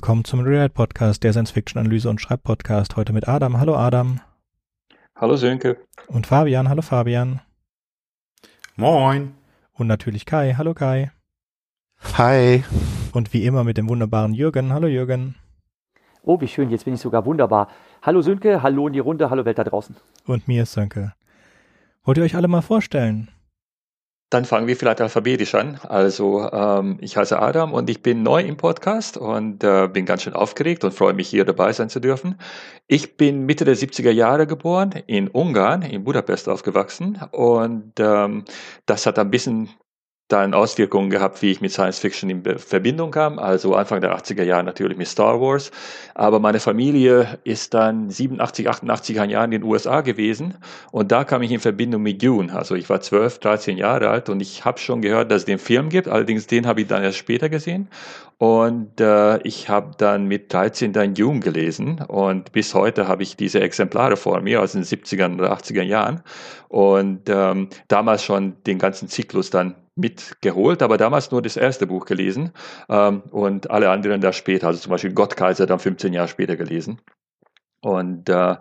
Willkommen zum Rewrite-Podcast, der Science-Fiction-Analyse- und Schreib-Podcast. Heute mit Adam. Hallo Adam. Hallo Sönke. Und Fabian. Hallo Fabian. Moin. Und natürlich Kai. Hallo Kai. Hi. Und wie immer mit dem wunderbaren Jürgen. Hallo Jürgen. Oh, wie schön, jetzt bin ich sogar wunderbar. Hallo Sönke, hallo in die Runde, hallo Welt da draußen. Und mir ist Sönke. Wollt ihr euch alle mal vorstellen? Dann fangen wir vielleicht alphabetisch an. Also ich heiße Adam und ich bin neu im Podcast und bin ganz schön aufgeregt und freue mich, hier dabei sein zu dürfen. Ich bin Mitte der 70er Jahre geboren, in Ungarn, in Budapest aufgewachsen und das hat ein bisschen dann Auswirkungen gehabt, wie ich mit Science Fiction in Verbindung kam. Also Anfang der 80er Jahre natürlich mit Star Wars. Aber meine Familie ist dann 87, 88 Jahren in den USA gewesen. Und da kam ich in Verbindung mit Dune. Also ich war 12, 13 Jahre alt und ich habe schon gehört, dass es den Film gibt. Allerdings den habe ich dann erst später gesehen. Und ich habe dann mit 13 dann Dune gelesen. Und bis heute habe ich diese Exemplare vor mir aus den 70er oder 80er Jahren. Und damals schon den ganzen Zyklus dann mitgeholt, aber damals nur das erste Buch gelesen und alle anderen da später, also zum Beispiel Gottkaiser dann 15 Jahre später gelesen. Und Dune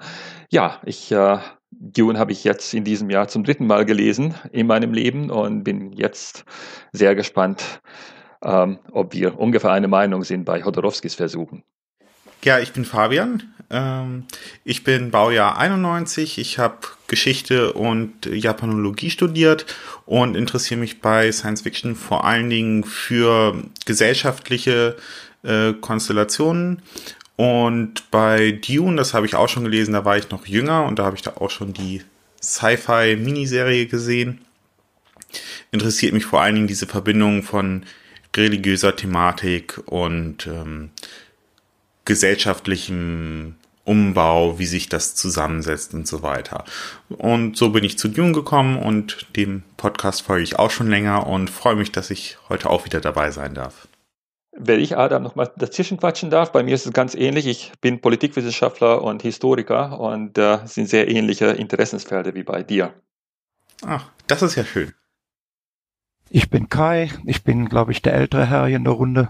habe ich jetzt in diesem Jahr zum 3. Mal gelesen in meinem Leben und bin jetzt sehr gespannt, ob wir ungefähr eine Meinung sind bei Jodorowskis Versuchen. Ja, ich bin Fabian. Ich bin Baujahr 91. Ich habe Geschichte und Japanologie studiert und interessiere mich bei Science Fiction vor allen Dingen für gesellschaftliche Konstellationen. Und bei Dune, das habe ich auch schon gelesen, da war ich noch jünger und da habe ich da auch schon die Sci-Fi-Miniserie gesehen. Interessiert mich vor allen Dingen diese Verbindung von religiöser Thematik und gesellschaftlichem Umbau, wie sich das zusammensetzt und so weiter. Und so bin ich zu Dune gekommen und dem Podcast folge ich auch schon länger und freue mich, dass ich heute auch wieder dabei sein darf. Wenn ich Adam noch mal dazwischen quatschen darf, bei mir ist es ganz ähnlich. Ich bin Politikwissenschaftler und Historiker und es sind sehr ähnliche Interessensfelder wie bei dir. Ach, das ist ja schön. Ich bin Kai. Ich bin, glaube ich, der ältere Herr hier in der Runde.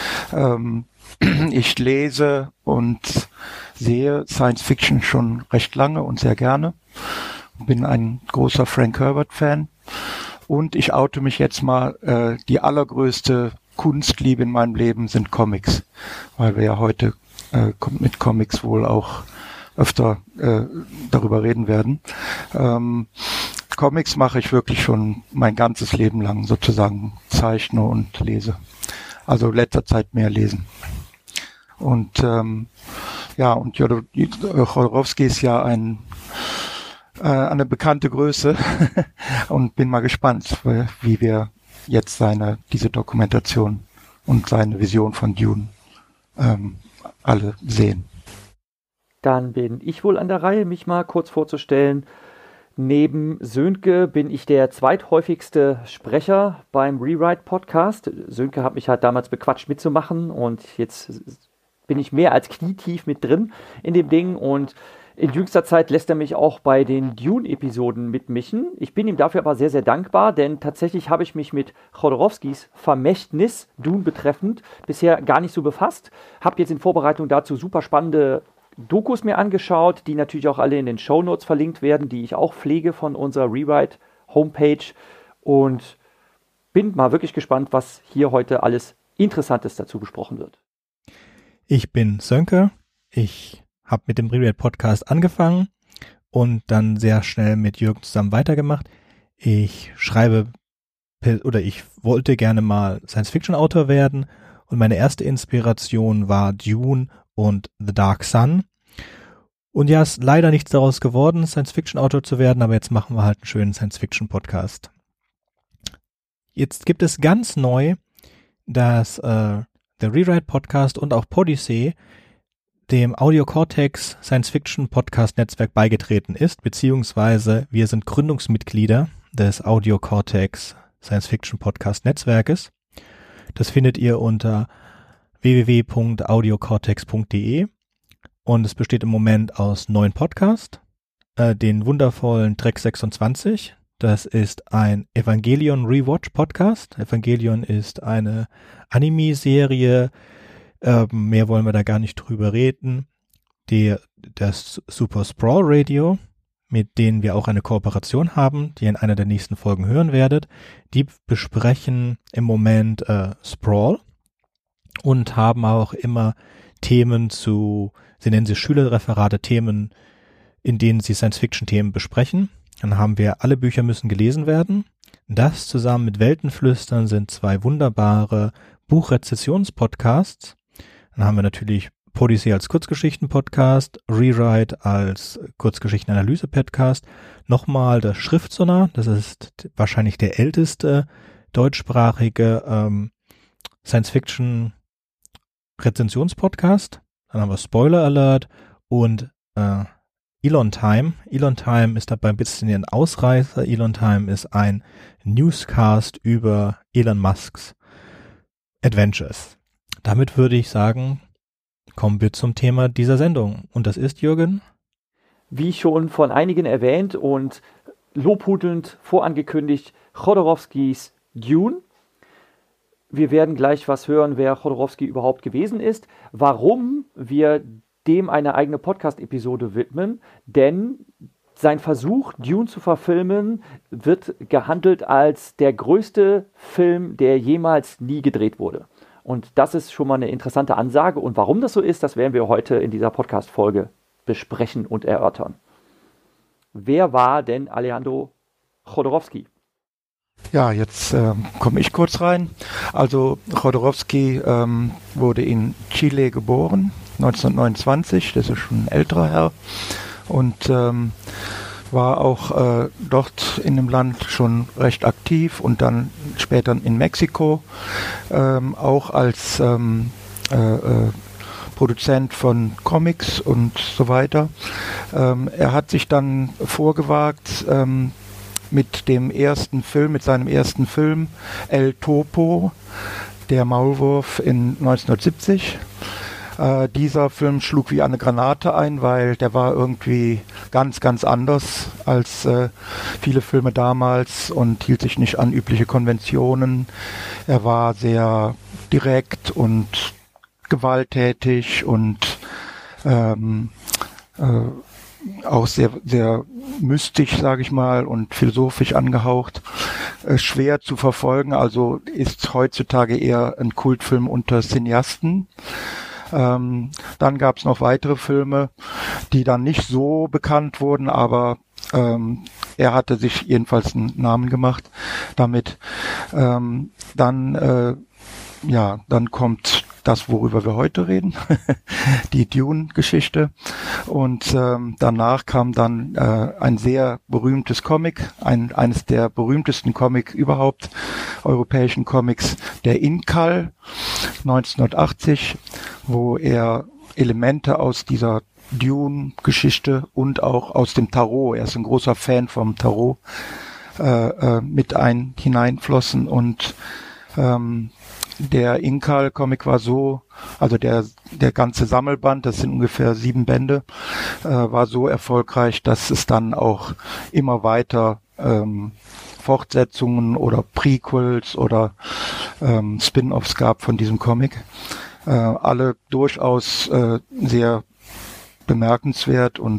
Ich lese und sehe Science Fiction schon recht lange und sehr gerne. Bin ein großer Frank Herbert-Fan. Und ich oute mich jetzt mal, die allergrößte Kunstliebe in meinem Leben sind Comics. Weil wir ja heute mit Comics wohl auch öfter darüber reden werden. Comics mache ich wirklich schon mein ganzes Leben lang, sozusagen zeichne und lese. Also letzter Zeit mehr lesen. Und und Jodorowsky ist ja eine bekannte Größe und bin mal gespannt, wie wir jetzt diese Dokumentation und seine Vision von Dune alle sehen. Dann bin ich wohl an der Reihe, mich mal kurz vorzustellen. Neben Sönke bin ich der zweithäufigste Sprecher beim Rewrite-Podcast. Sönke hat mich halt damals bequatscht mitzumachen und jetzt bin ich mehr als knietief mit drin in dem Ding und in jüngster Zeit lässt er mich auch bei den Dune-Episoden mitmischen. Ich bin ihm dafür aber sehr, sehr dankbar, denn tatsächlich habe ich mich mit Jodorowskis Vermächtnis, Dune betreffend, bisher gar nicht so befasst. Habe jetzt in Vorbereitung dazu super spannende Dokus mir angeschaut, die natürlich auch alle in den Shownotes verlinkt werden, die ich auch pflege von unserer Rewrite-Homepage und bin mal wirklich gespannt, was hier heute alles Interessantes dazu besprochen wird. Ich bin Sönke. Ich habe mit dem Rewrite-Podcast angefangen und dann sehr schnell mit Jürgen zusammen weitergemacht. Ich wollte gerne mal Science-Fiction-Autor werden und meine erste Inspiration war Dune und The Dark Sun. Und ja, ist leider nichts daraus geworden, Science-Fiction-Autor zu werden, aber jetzt machen wir halt einen schönen Science-Fiction-Podcast. Jetzt gibt es ganz neu, dass der Rewrite-Podcast und auch Podyssey dem Audio Cortex Science-Fiction-Podcast-Netzwerk beigetreten ist, beziehungsweise wir sind Gründungsmitglieder des Audio Cortex Science-Fiction-Podcast-Netzwerkes. Das findet ihr unter www.audiocortex.de und es besteht im Moment aus 9 Podcasts, den wundervollen Track 26, das ist ein Evangelion Rewatch Podcast. Evangelion ist eine Anime-Serie, Mehr wollen wir da gar nicht drüber reden. Das Super Sprawl Radio, mit denen wir auch eine Kooperation haben, die ihr in einer der nächsten Folgen hören werdet, die besprechen im Moment Sprawl und haben auch immer Themen sie nennen sie Schülerreferate, Themen, in denen sie Science-Fiction-Themen besprechen. Dann haben wir Alle Bücher müssen gelesen werden. Das zusammen mit Weltenflüstern sind 2 wunderbare Buchrezessions-Podcasts. Dann haben wir natürlich Podyssee als Kurzgeschichten-Podcast, Rewrite als Kurzgeschichten-Analyse-Podcast, nochmal das Schriftsonar, das ist wahrscheinlich der älteste deutschsprachige Science-Fiction-Rezensions-Podcast. Dann haben wir Spoiler Alert und Elon Time. Elon Time ist dabei ein bisschen ein Ausreißer. Elon Time ist ein Newscast über Elon Musks Adventures. Damit würde ich sagen, kommen wir zum Thema dieser Sendung. Und das ist, Jürgen? Wie schon von einigen erwähnt und lobhudelnd vorangekündigt, Chodorowskis Dune. Wir werden gleich was hören, wer Chodorowski überhaupt gewesen ist, warum wir dem eine eigene Podcast-Episode widmen, denn sein Versuch, Dune zu verfilmen, wird gehandelt als der größte Film, der jemals nie gedreht wurde. Und das ist schon mal eine interessante Ansage. Und warum das so ist, das werden wir heute in dieser Podcast-Folge besprechen und erörtern. Wer war denn Alejandro Jodorowsky? Ja, jetzt komme ich kurz rein. Also Jodorowsky wurde in Chile geboren, 1929, das ist schon ein älterer Herr. Und war auch dort in dem Land schon recht aktiv und dann später in Mexiko auch als Produzent von Comics und so weiter. Er hat sich dann vorgewagt mit seinem ersten Film El Topo, der Maulwurf in 1970. Dieser Film schlug wie eine Granate ein, weil der war irgendwie ganz, ganz anders als viele Filme damals und hielt sich nicht an übliche Konventionen. Er war sehr direkt und gewalttätig und auch sehr, sehr mystisch, sage ich mal, und philosophisch angehaucht. Schwer zu verfolgen, also ist heutzutage eher ein Kultfilm unter Cineasten. Dann gab es noch weitere Filme, die dann nicht so bekannt wurden, aber er hatte sich jedenfalls einen Namen gemacht damit. Dann kommt das, worüber wir heute reden, die Dune-Geschichte. Und danach kam dann ein sehr berühmtes Comic, eines der berühmtesten Comic überhaupt, europäischen Comics, der Incal, 1980, wo er Elemente aus dieser Dune-Geschichte und auch aus dem Tarot, er ist ein großer Fan vom Tarot, mit hineinflossen und der Incal-Comic war so, also der ganze Sammelband, das sind ungefähr 7 Bände, war so erfolgreich, dass es dann auch immer weiter Fortsetzungen oder Prequels oder Spin-offs gab von diesem Comic. Alle durchaus sehr bemerkenswert und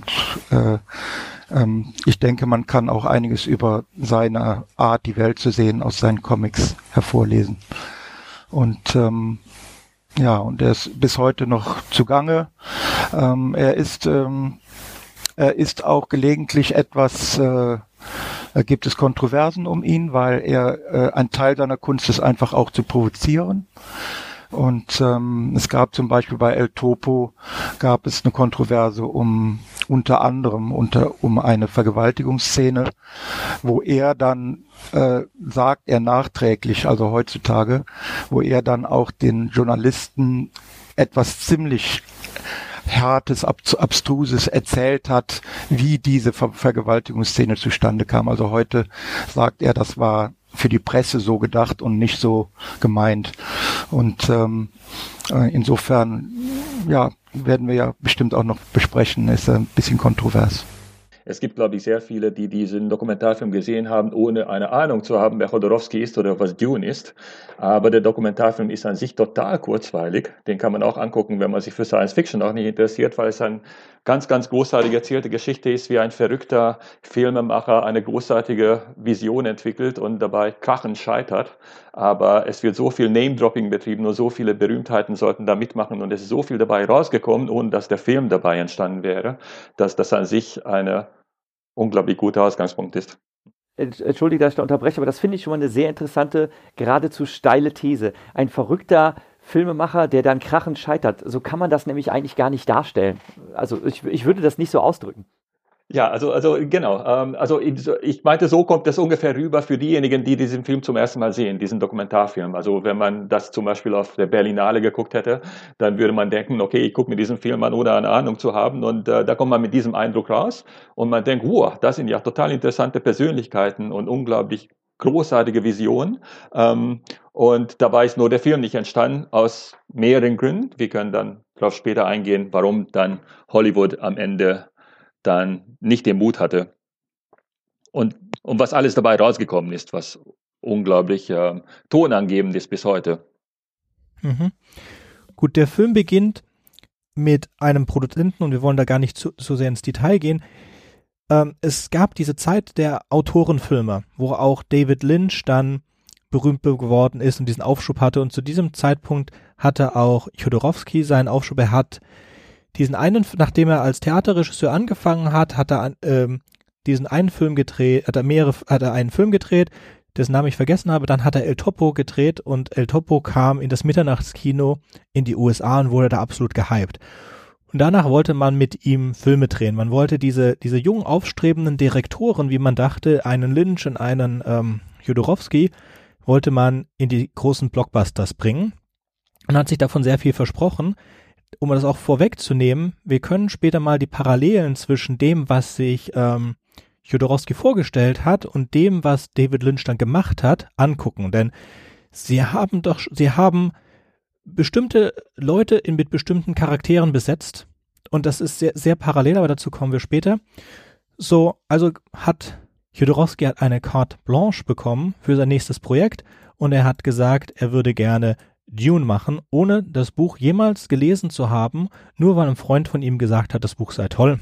ich denke, man kann auch einiges über seine Art, die Welt zu sehen, aus seinen Comics hervorlesen. Und und er ist bis heute noch zugange. Er ist auch gelegentlich gibt es Kontroversen um ihn, weil ein Teil seiner Kunst ist einfach auch zu provozieren. Und es gab zum Beispiel bei El Topo gab es eine Kontroverse unter anderem um eine Vergewaltigungsszene, wo er dann sagt er nachträglich, also heutzutage, wo er dann auch den Journalisten etwas ziemlich Hartes, Abstruses erzählt hat, wie diese Vergewaltigungsszene zustande kam. Also heute sagt er, das war für die Presse so gedacht und nicht so gemeint. Und insofern, ja, werden wir ja bestimmt auch noch besprechen, ist ein bisschen kontrovers. Es gibt, glaube ich, sehr viele, die diesen Dokumentarfilm gesehen haben, ohne eine Ahnung zu haben, wer Jodorowsky ist oder was Dune ist. Aber der Dokumentarfilm ist an sich total kurzweilig. Den kann man auch angucken, wenn man sich für Science Fiction auch nicht interessiert, weil es eine ganz, ganz großartig erzählte Geschichte ist, wie ein verrückter Filmemacher eine großartige Vision entwickelt und dabei krachend scheitert. Aber es wird so viel Name-Dropping betrieben, nur so viele Berühmtheiten sollten da mitmachen und es ist so viel dabei rausgekommen, ohne dass der Film dabei entstanden wäre, dass das an sich eine unglaublich guter Ausgangspunkt ist. Entschuldige, dass ich da unterbreche, aber das finde ich schon mal eine sehr interessante, geradezu steile These. Ein verrückter Filmemacher, der dann krachend scheitert. So kann man das nämlich eigentlich gar nicht darstellen. Also ich würde das nicht so ausdrücken. Ja, also genau. Ich meinte, so kommt das ungefähr rüber für diejenigen, die diesen Film zum ersten Mal sehen, diesen Dokumentarfilm. Also wenn man das zum Beispiel auf der Berlinale geguckt hätte, dann würde man denken, okay, ich gucke mir diesen Film an, ohne eine Ahnung zu haben. Und da kommt man mit diesem Eindruck raus und man denkt, wow, das sind ja total interessante Persönlichkeiten und unglaublich großartige Visionen. Und dabei ist nur der Film nicht entstanden, aus mehreren Gründen. Wir können dann darauf später eingehen, warum dann Hollywood am Ende dann nicht den Mut hatte. Und was alles dabei rausgekommen ist, was unglaublich tonangebend ist bis heute. Mhm. Gut, der Film beginnt mit einem Produzenten und wir wollen da gar nicht so sehr ins Detail gehen. Es gab diese Zeit der Autorenfilme, wo auch David Lynch dann berühmt geworden ist und diesen Aufschub hatte und zu diesem Zeitpunkt hatte auch Jodorowsky seinen Aufschub. Er hat diesen einen, nachdem er als Theaterregisseur angefangen hat, hat er diesen einen Film gedreht, hat er einen Film gedreht, dessen Namen ich vergessen habe, dann hat er El Topo gedreht und El Topo kam in das Mitternachtskino in die USA und wurde da absolut gehypt. Und danach wollte man mit ihm Filme drehen. Man wollte diese jungen, aufstrebenden Direktoren, wie man dachte, einen Lynch und einen Jodorowsky, wollte man in die großen Blockbusters bringen und hat sich davon sehr viel versprochen. Um das auch vorwegzunehmen, wir können später mal die Parallelen zwischen dem, was sich Jodorowsky vorgestellt hat und dem, was David Lynch dann gemacht hat, angucken. Denn sie haben bestimmte Leute mit bestimmten Charakteren besetzt und das ist sehr, sehr parallel, aber dazu kommen wir später. So, also hat Jodorowsky eine Carte Blanche bekommen für sein nächstes Projekt und er hat gesagt, er würde gerne Dune machen, ohne das Buch jemals gelesen zu haben, nur weil ein Freund von ihm gesagt hat, das Buch sei toll.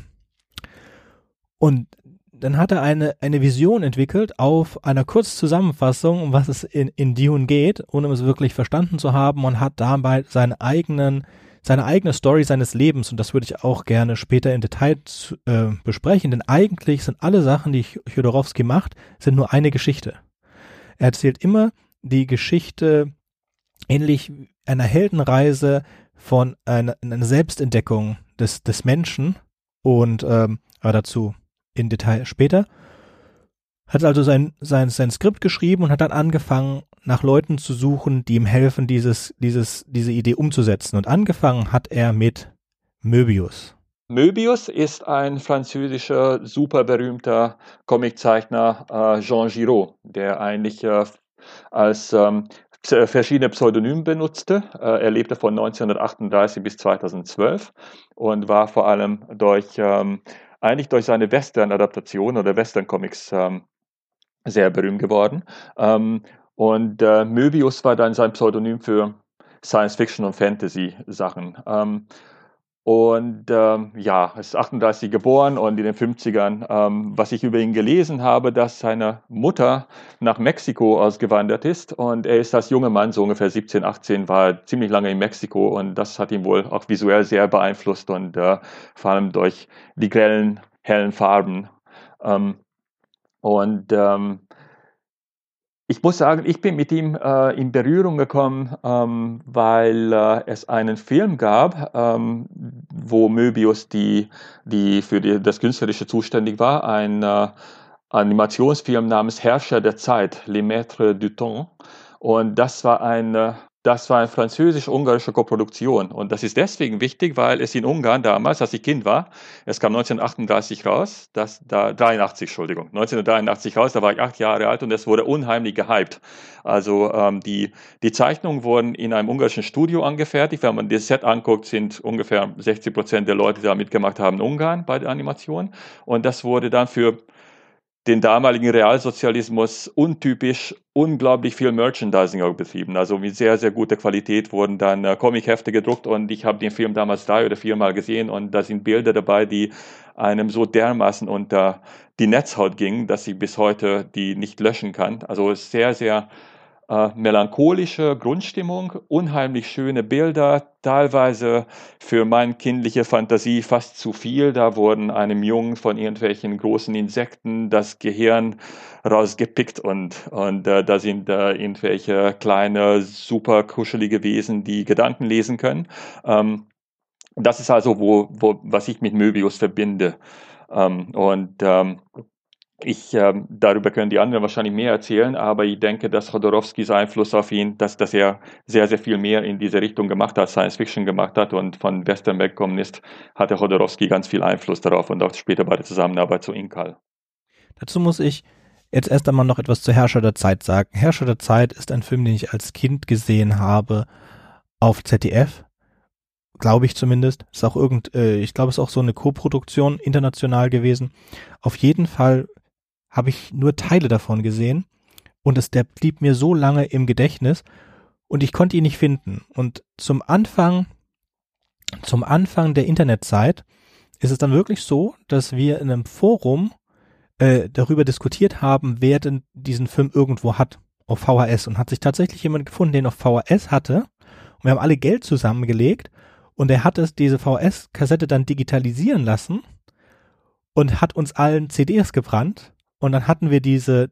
Und dann hat er eine Vision entwickelt auf einer Kurzzusammenfassung, um was es in Dune geht, ohne es wirklich verstanden zu haben und hat dabei seine eigene Story seines Lebens, und das würde ich auch gerne später im Detail besprechen, denn eigentlich sind alle Sachen, die Jodorowsky macht, sind nur eine Geschichte. Er erzählt immer die Geschichte ähnlich einer Heldenreise von einer Selbstentdeckung des Menschen und aber dazu in Detail später. Hat also sein Skript geschrieben und hat dann angefangen, nach Leuten zu suchen, die ihm helfen, diese Idee umzusetzen. Und angefangen hat er mit Möbius. Möbius ist ein französischer, super berühmter Comiczeichner, Jean Giraud, der eigentlich als verschiedene Pseudonyme benutzte. Er lebte von 1938 bis 2012 und war vor allem durch seine Western-Adaptation oder Western-Comics sehr berühmt geworden. Möbius war dann sein Pseudonym für Science-Fiction- und Fantasy-Sachen. Er ist 38 geboren und in den 50ern, was ich über ihn gelesen habe, dass seine Mutter nach Mexiko ausgewandert ist und er ist als junger Mann, so ungefähr 17, 18, war ziemlich lange in Mexiko und das hat ihn wohl auch visuell sehr beeinflusst und vor allem durch die grellen, hellen Farben. Ich muss sagen, ich bin mit ihm in Berührung gekommen, weil es einen Film gab, wo Möbius die für das Künstlerische zuständig war, ein Animationsfilm namens Herrscher der Zeit, Les Maîtres du Temps. Und das war ein das war eine französisch-ungarische Koproduktion. Und das ist deswegen wichtig, weil es in Ungarn damals, als ich Kind war, es kam 1983 raus, 1983 raus, da war ich 8 Jahre alt und es wurde unheimlich gehypt. Also die Zeichnungen wurden in einem ungarischen Studio angefertigt. Wenn man das Set anguckt, sind ungefähr 60% der Leute, die da mitgemacht haben, in Ungarn bei der Animation. Und das wurde dann für den damaligen Realsozialismus untypisch unglaublich viel Merchandising auch betrieben. Also mit sehr, sehr guter Qualität wurden dann Comichefte gedruckt und ich habe den Film damals 3 oder 4 Mal gesehen und da sind Bilder dabei, die einem so dermaßen unter die Netzhaut gingen, dass ich bis heute die nicht löschen kann. Also sehr, sehr melancholische Grundstimmung, unheimlich schöne Bilder, teilweise für meine kindliche Fantasie fast zu viel. Da wurden einem Jungen von irgendwelchen großen Insekten das Gehirn rausgepickt und da sind irgendwelche kleine, super kuschelige Wesen, die Gedanken lesen können. Das ist also, was ich mit Möbius verbinde. Darüber können die anderen wahrscheinlich mehr erzählen, aber ich denke, dass Chodorowskis Einfluss auf ihn, dass er sehr, sehr viel mehr in diese Richtung gemacht hat, Science Fiction gemacht hat und von Western weggekommen ist, hatte Chodorowski ganz viel Einfluss darauf und auch später bei der Zusammenarbeit zu Incal. Dazu muss ich jetzt erst einmal noch etwas zu Herrscher der Zeit sagen. Herrscher der Zeit ist ein Film, den ich als Kind gesehen habe auf ZDF. Glaube ich zumindest. Ist auch ich glaube, es ist auch so eine Co-Produktion international gewesen. Auf jeden Fall habe ich nur Teile davon gesehen und der blieb mir so lange im Gedächtnis und ich konnte ihn nicht finden. Und zum Anfang der Internetzeit ist es dann wirklich so, dass wir in einem Forum darüber diskutiert haben, wer denn diesen Film irgendwo hat auf VHS und hat sich tatsächlich jemand gefunden, den auf VHS hatte und wir haben alle Geld zusammengelegt und er hat diese VHS-Kassette dann digitalisieren lassen und hat uns allen CDs gebrannt. Und dann hatten wir diese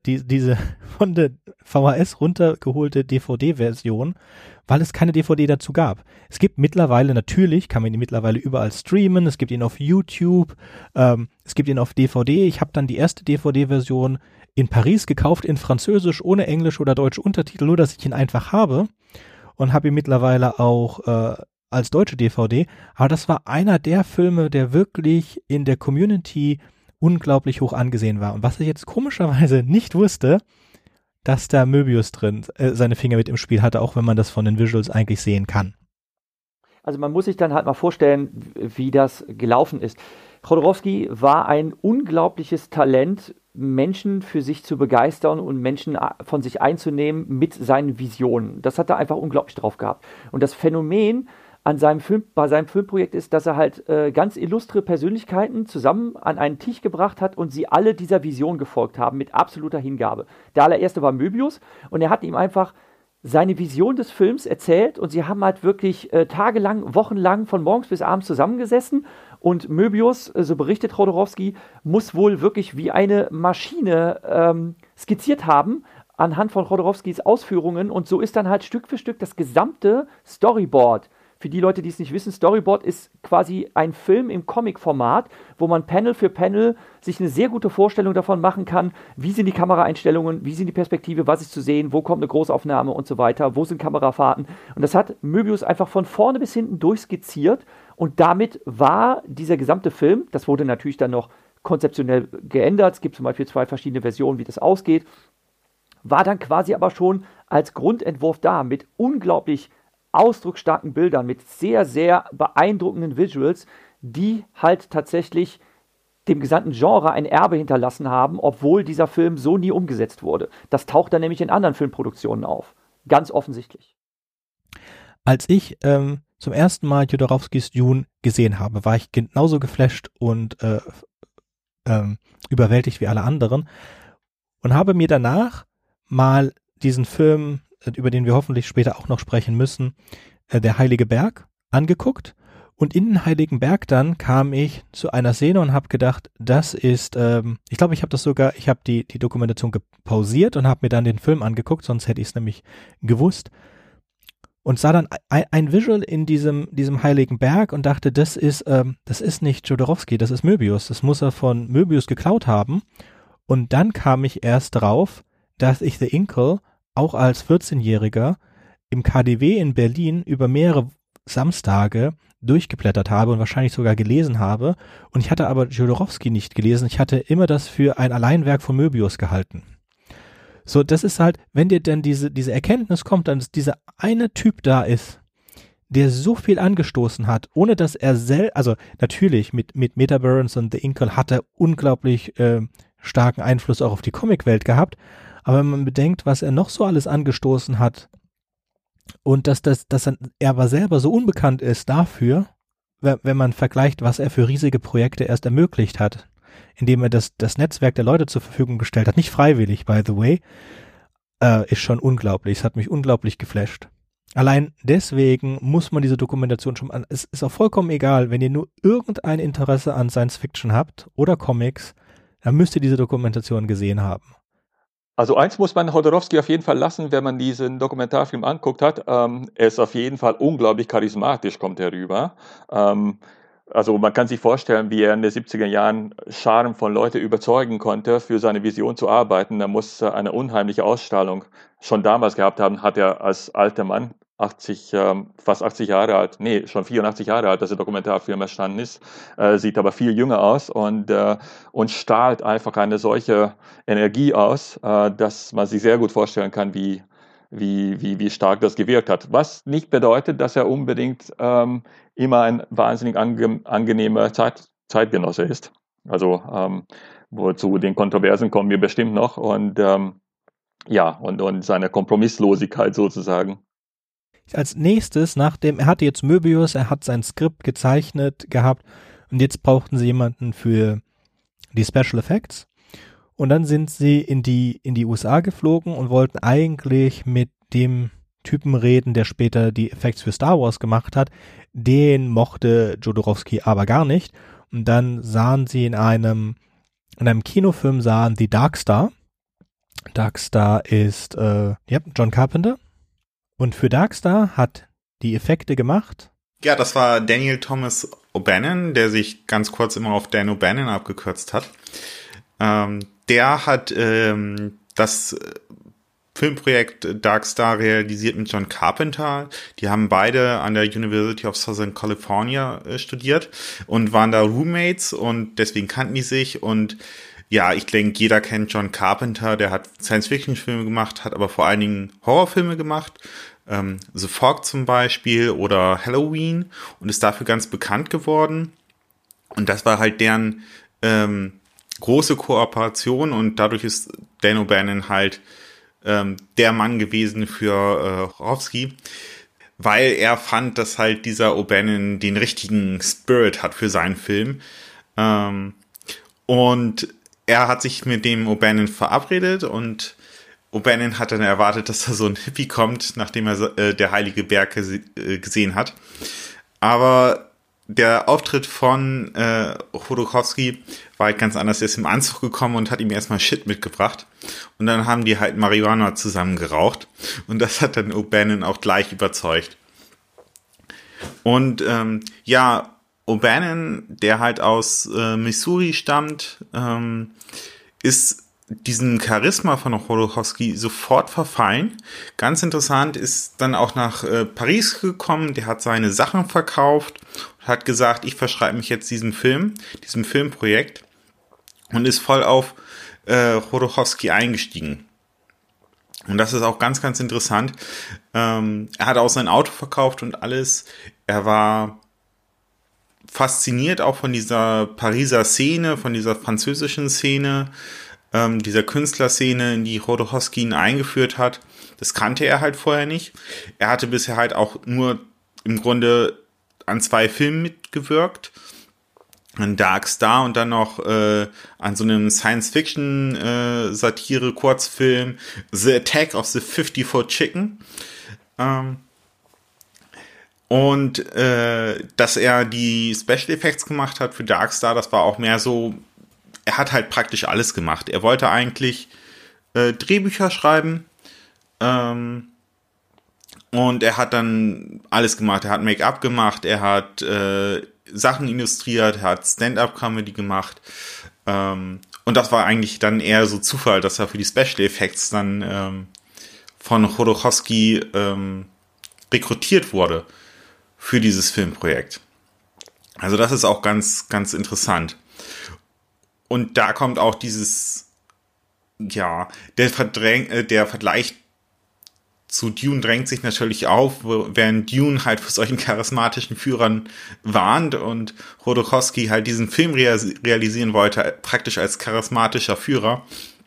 von der VHS runtergeholte DVD-Version, weil es keine DVD dazu gab. Es gibt mittlerweile, natürlich kann man ihn mittlerweile überall streamen, es gibt ihn auf YouTube, es gibt ihn auf DVD. Ich habe dann die erste DVD-Version in Paris gekauft, in Französisch, ohne Englisch oder deutsche Untertitel, nur dass ich ihn einfach habe und habe ihn mittlerweile auch als deutsche DVD. Aber das war einer der Filme, der wirklich in der Community unglaublich hoch angesehen war. Und was ich jetzt komischerweise nicht wusste, dass da Möbius drin seine Finger mit im Spiel hatte, auch wenn man das von den Visuals eigentlich sehen kann. Also man muss sich dann halt mal vorstellen, wie das gelaufen ist. Chodorowski war ein unglaubliches Talent, Menschen für sich zu begeistern und Menschen von sich einzunehmen mit seinen Visionen. Das hat er einfach unglaublich drauf gehabt. Und das Phänomen bei seinem Filmprojekt ist, dass er halt ganz illustre Persönlichkeiten zusammen an einen Tisch gebracht hat und sie alle dieser Vision gefolgt haben mit absoluter Hingabe. Der allererste war Möbius und er hat ihm einfach seine Vision des Films erzählt und sie haben halt wirklich tagelang, wochenlang von morgens bis abends zusammengesessen und Möbius, so berichtet Chodorowski, muss wohl wirklich wie eine Maschine skizziert haben anhand von Chodorowskis Ausführungen und so ist dann halt Stück für Stück das gesamte Storyboard. Für die Leute, die es nicht wissen, Storyboard ist quasi ein Film im Comic-Format, wo man Panel für Panel sich eine sehr gute Vorstellung davon machen kann, wie sind die Kameraeinstellungen, wie sind die Perspektive, was ist zu sehen, wo kommt eine Großaufnahme und so weiter, wo sind Kamerafahrten. Und das hat Möbius einfach von vorne bis hinten durchskizziert und damit war dieser gesamte Film, das wurde natürlich dann noch konzeptionell geändert, es gibt zum Beispiel 2 verschiedene Versionen, wie das ausgeht, war dann quasi aber schon als Grundentwurf da, mit unglaublich ausdrucksstarken Bildern, mit sehr, sehr beeindruckenden Visuals, die halt tatsächlich dem gesamten Genre ein Erbe hinterlassen haben, obwohl dieser Film so nie umgesetzt wurde. Das taucht dann nämlich in anderen Filmproduktionen auf. Ganz offensichtlich. Als ich zum ersten Mal Jodorowskis Dune gesehen habe, war ich genauso geflasht und überwältigt wie alle anderen und habe mir danach mal diesen Film, über den wir hoffentlich später auch noch sprechen müssen, Der Heilige Berg, angeguckt. Und in den Heiligen Berg dann kam ich zu einer Szene und habe gedacht, das ist, ich glaube, ich habe die Dokumentation pausiert und habe mir dann den Film angeguckt, sonst hätte ich es nämlich gewusst. Und sah dann ein Visual in diesem Heiligen Berg und dachte, das ist nicht Jodorowsky, das ist Möbius. Das muss er von Möbius geklaut haben. Und dann kam ich erst drauf, dass ich The Inkle auch als 14-Jähriger im KaDeWe in Berlin über mehrere Samstage durchgeblättert habe und wahrscheinlich sogar gelesen habe. Und ich hatte aber Jodorowsky nicht gelesen. Ich hatte immer das für ein Alleinwerk von Möbius gehalten. So, das ist halt, wenn dir dann diese Erkenntnis kommt, dass dieser eine Typ da ist, der so viel angestoßen hat, ohne dass er also natürlich mit Metaburns und The Inkle hat er unglaublich starken Einfluss auch auf die Comicwelt gehabt, aber wenn man bedenkt, was er noch so alles angestoßen hat und dass er aber selber so unbekannt ist dafür, wenn man vergleicht, was er für riesige Projekte erst ermöglicht hat, indem er das Netzwerk der Leute zur Verfügung gestellt hat, nicht freiwillig, by the way, ist schon unglaublich. Es hat mich unglaublich geflasht. Allein deswegen muss man diese Dokumentation schon es ist auch vollkommen egal, wenn ihr nur irgendein Interesse an Science Fiction habt oder Comics, dann müsst ihr diese Dokumentation gesehen haben. Also eins muss man Jodorowsky auf jeden Fall lassen, wenn man diesen Dokumentarfilm anguckt hat. Er ist auf jeden Fall unglaublich charismatisch, kommt er rüber. Also man kann sich vorstellen, wie er in den 70er Jahren Scharen von Leuten überzeugen konnte, für seine Vision zu arbeiten. Er muss eine unheimliche Ausstrahlung schon damals gehabt haben, hat er als alter Mann, fast 80 Jahre alt, schon 84 Jahre alt, als der Dokumentarfilm erstanden ist, sieht aber viel jünger aus und strahlt einfach eine solche Energie aus, dass man sich sehr gut vorstellen kann, wie stark das gewirkt hat. Was nicht bedeutet, dass er unbedingt immer ein wahnsinnig angenehmer Zeitgenosse ist. Also zu den Kontroversen kommen wir bestimmt noch und seine Kompromisslosigkeit sozusagen. Als nächstes, er hatte jetzt Möbius, er hat sein Skript gezeichnet gehabt und jetzt brauchten sie jemanden für die Special Effects. Und dann sind sie in die USA geflogen und wollten eigentlich mit dem Typen reden, der später die Effects für Star Wars gemacht hat. Den mochte Jodorowsky aber gar nicht. Und dann sahen sie in einem Kinofilm The Dark Star. Dark Star ist John Carpenter. Und für Dark Star hat die Effekte gemacht. Ja, das war Daniel Thomas O'Bannon, der sich ganz kurz immer auf Dan O'Bannon abgekürzt hat. Der hat das Filmprojekt Dark Star realisiert mit John Carpenter. Die haben beide an der University of Southern California studiert und waren da Roommates und deswegen kannten die sich. Und ja, ich denke, jeder kennt John Carpenter, der hat Science-Fiction-Filme gemacht, hat aber vor allen Dingen Horrorfilme gemacht. The Fog zum Beispiel oder Halloween und ist dafür ganz bekannt geworden. Und das war halt deren große Kooperation und dadurch ist Dan O'Bannon halt der Mann gewesen für Jodorowsky, weil er fand, dass halt dieser O'Bannon den richtigen Spirit hat für seinen Film. Und er hat sich mit dem O'Bannon verabredet und O'Bannon hat dann erwartet, dass da so ein Hippie kommt, nachdem er der Heilige Berg gesehen hat. Aber der Auftritt von Jodorowsky war halt ganz anders. Er ist im Anzug gekommen und hat ihm erstmal Shit mitgebracht. Und dann haben die halt Marihuana zusammen geraucht. Und das hat dann O'Bannon auch gleich überzeugt. Und O'Bannon, der halt aus Missouri stammt, ist diesem Charisma von Jodorowsky sofort verfallen. Ganz interessant, ist dann auch nach Paris gekommen, der hat seine Sachen verkauft, hat gesagt, ich verschreibe mich jetzt diesem Filmprojekt und ist voll auf Jodorowsky eingestiegen. Und das ist auch ganz, ganz interessant. Er hat auch sein Auto verkauft und alles. Er war fasziniert auch von dieser Pariser Szene, von dieser französischen Szene, dieser Künstlerszene, in die Jodorowsky ihn eingeführt hat. Das kannte er halt vorher nicht. Er hatte bisher halt auch nur im Grunde an 2 Filmen mitgewirkt. An Dark Star und dann noch an so einem Science-Fiction-Satire-Kurzfilm The Attack of the 54 Chicken. Und dass er die Special Effects gemacht hat für Dark Star, das war auch mehr so, er hat halt praktisch alles gemacht. Er wollte eigentlich Drehbücher schreiben und er hat dann alles gemacht. Er hat Make-up gemacht, er hat Sachen illustriert, er hat Stand-Up-Comedy gemacht und das war eigentlich dann eher so Zufall, dass er für die Special Effects dann von Jodorowsky rekrutiert wurde für dieses Filmprojekt. Also das ist auch ganz, ganz interessant. Und da kommt auch dieses, ja, der Vergleich zu Dune drängt sich natürlich auf, während Dune halt vor solchen charismatischen Führern warnt und Jodorowsky halt diesen Film realisieren wollte, praktisch als charismatischer Führer.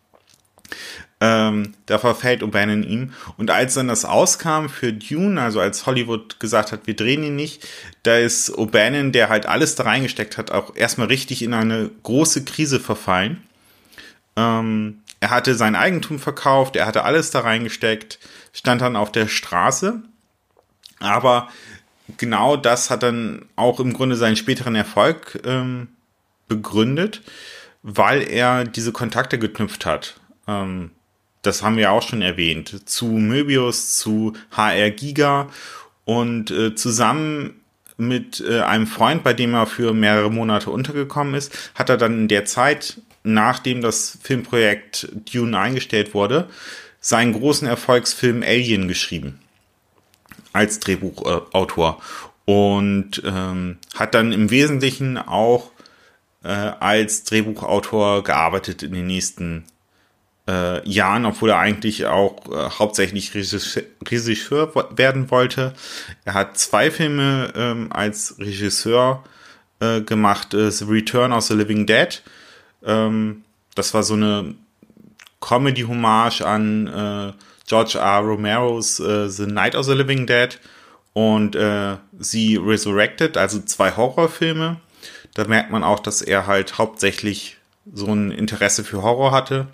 Da verfällt O'Bannon ihm. Und als dann das auskam für Dune, also als Hollywood gesagt hat, wir drehen ihn nicht, da ist O'Bannon, der halt alles da reingesteckt hat, auch erstmal richtig in eine große Krise verfallen. Er hatte sein Eigentum verkauft, er hatte alles da reingesteckt, stand dann auf der Straße. Aber genau das hat dann auch im Grunde seinen späteren Erfolg begründet, weil er diese Kontakte geknüpft hat. Das haben wir auch schon erwähnt, zu Möbius, zu HR Giga und zusammen mit einem Freund, bei dem er für mehrere Monate untergekommen ist, hat er dann in der Zeit, nachdem das Filmprojekt Dune eingestellt wurde, seinen großen Erfolgsfilm Alien geschrieben als Drehbuchautor und hat dann im Wesentlichen auch als Drehbuchautor gearbeitet in den nächsten Jahren, obwohl er eigentlich auch hauptsächlich Regisseur werden wollte. Er hat 2 Filme als Regisseur gemacht, The Return of the Living Dead. Das war so eine Comedy-Hommage an George R. Romeros The Night of the Living Dead und The Resurrected, also 2 Horrorfilme. Da merkt man auch, dass er halt hauptsächlich so ein Interesse für Horror hatte.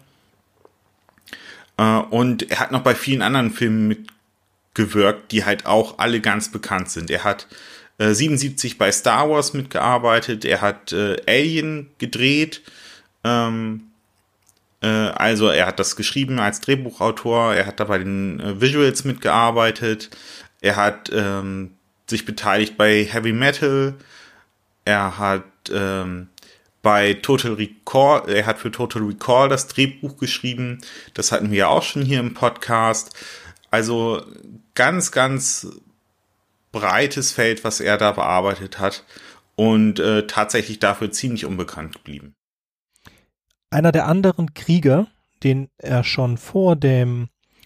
Und er hat noch bei vielen anderen Filmen mitgewirkt, die halt auch alle ganz bekannt sind. Er hat 77 bei Star Wars mitgearbeitet, er hat Alien gedreht, also er hat das geschrieben als Drehbuchautor, er hat da bei den Visuals mitgearbeitet, er hat sich beteiligt bei Heavy Metal, er hat bei Total Recall, er hat für Total Recall das Drehbuch geschrieben. Das hatten wir ja auch schon hier im Podcast. Also ganz, ganz breites Feld, was er da bearbeitet hat und tatsächlich dafür ziemlich unbekannt geblieben. Einer der anderen Krieger, den er schon vor dem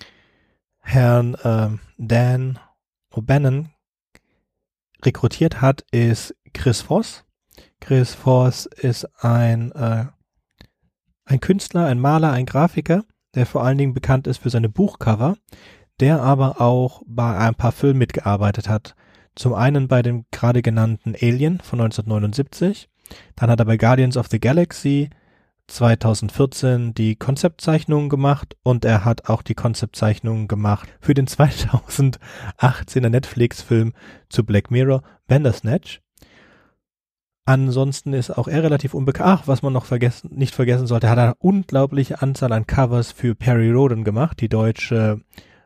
Herrn Dan O'Bannon rekrutiert hat, ist Chris Voss. Chris Voss ist ein Künstler, ein Maler, ein Grafiker, der vor allen Dingen bekannt ist für seine Buchcover, der aber auch bei ein paar Filmen mitgearbeitet hat. Zum einen bei dem gerade genannten Alien von 1979, dann hat er bei Guardians of the Galaxy 2014 die Konzeptzeichnungen gemacht und er hat auch die Konzeptzeichnungen gemacht für den 2018er Netflix-Film zu Black Mirror, Bandersnatch. Ansonsten ist auch er relativ unbekannt. Was man noch nicht vergessen sollte, hat er eine unglaubliche Anzahl an Covers für Perry Rhodan gemacht, die deutsche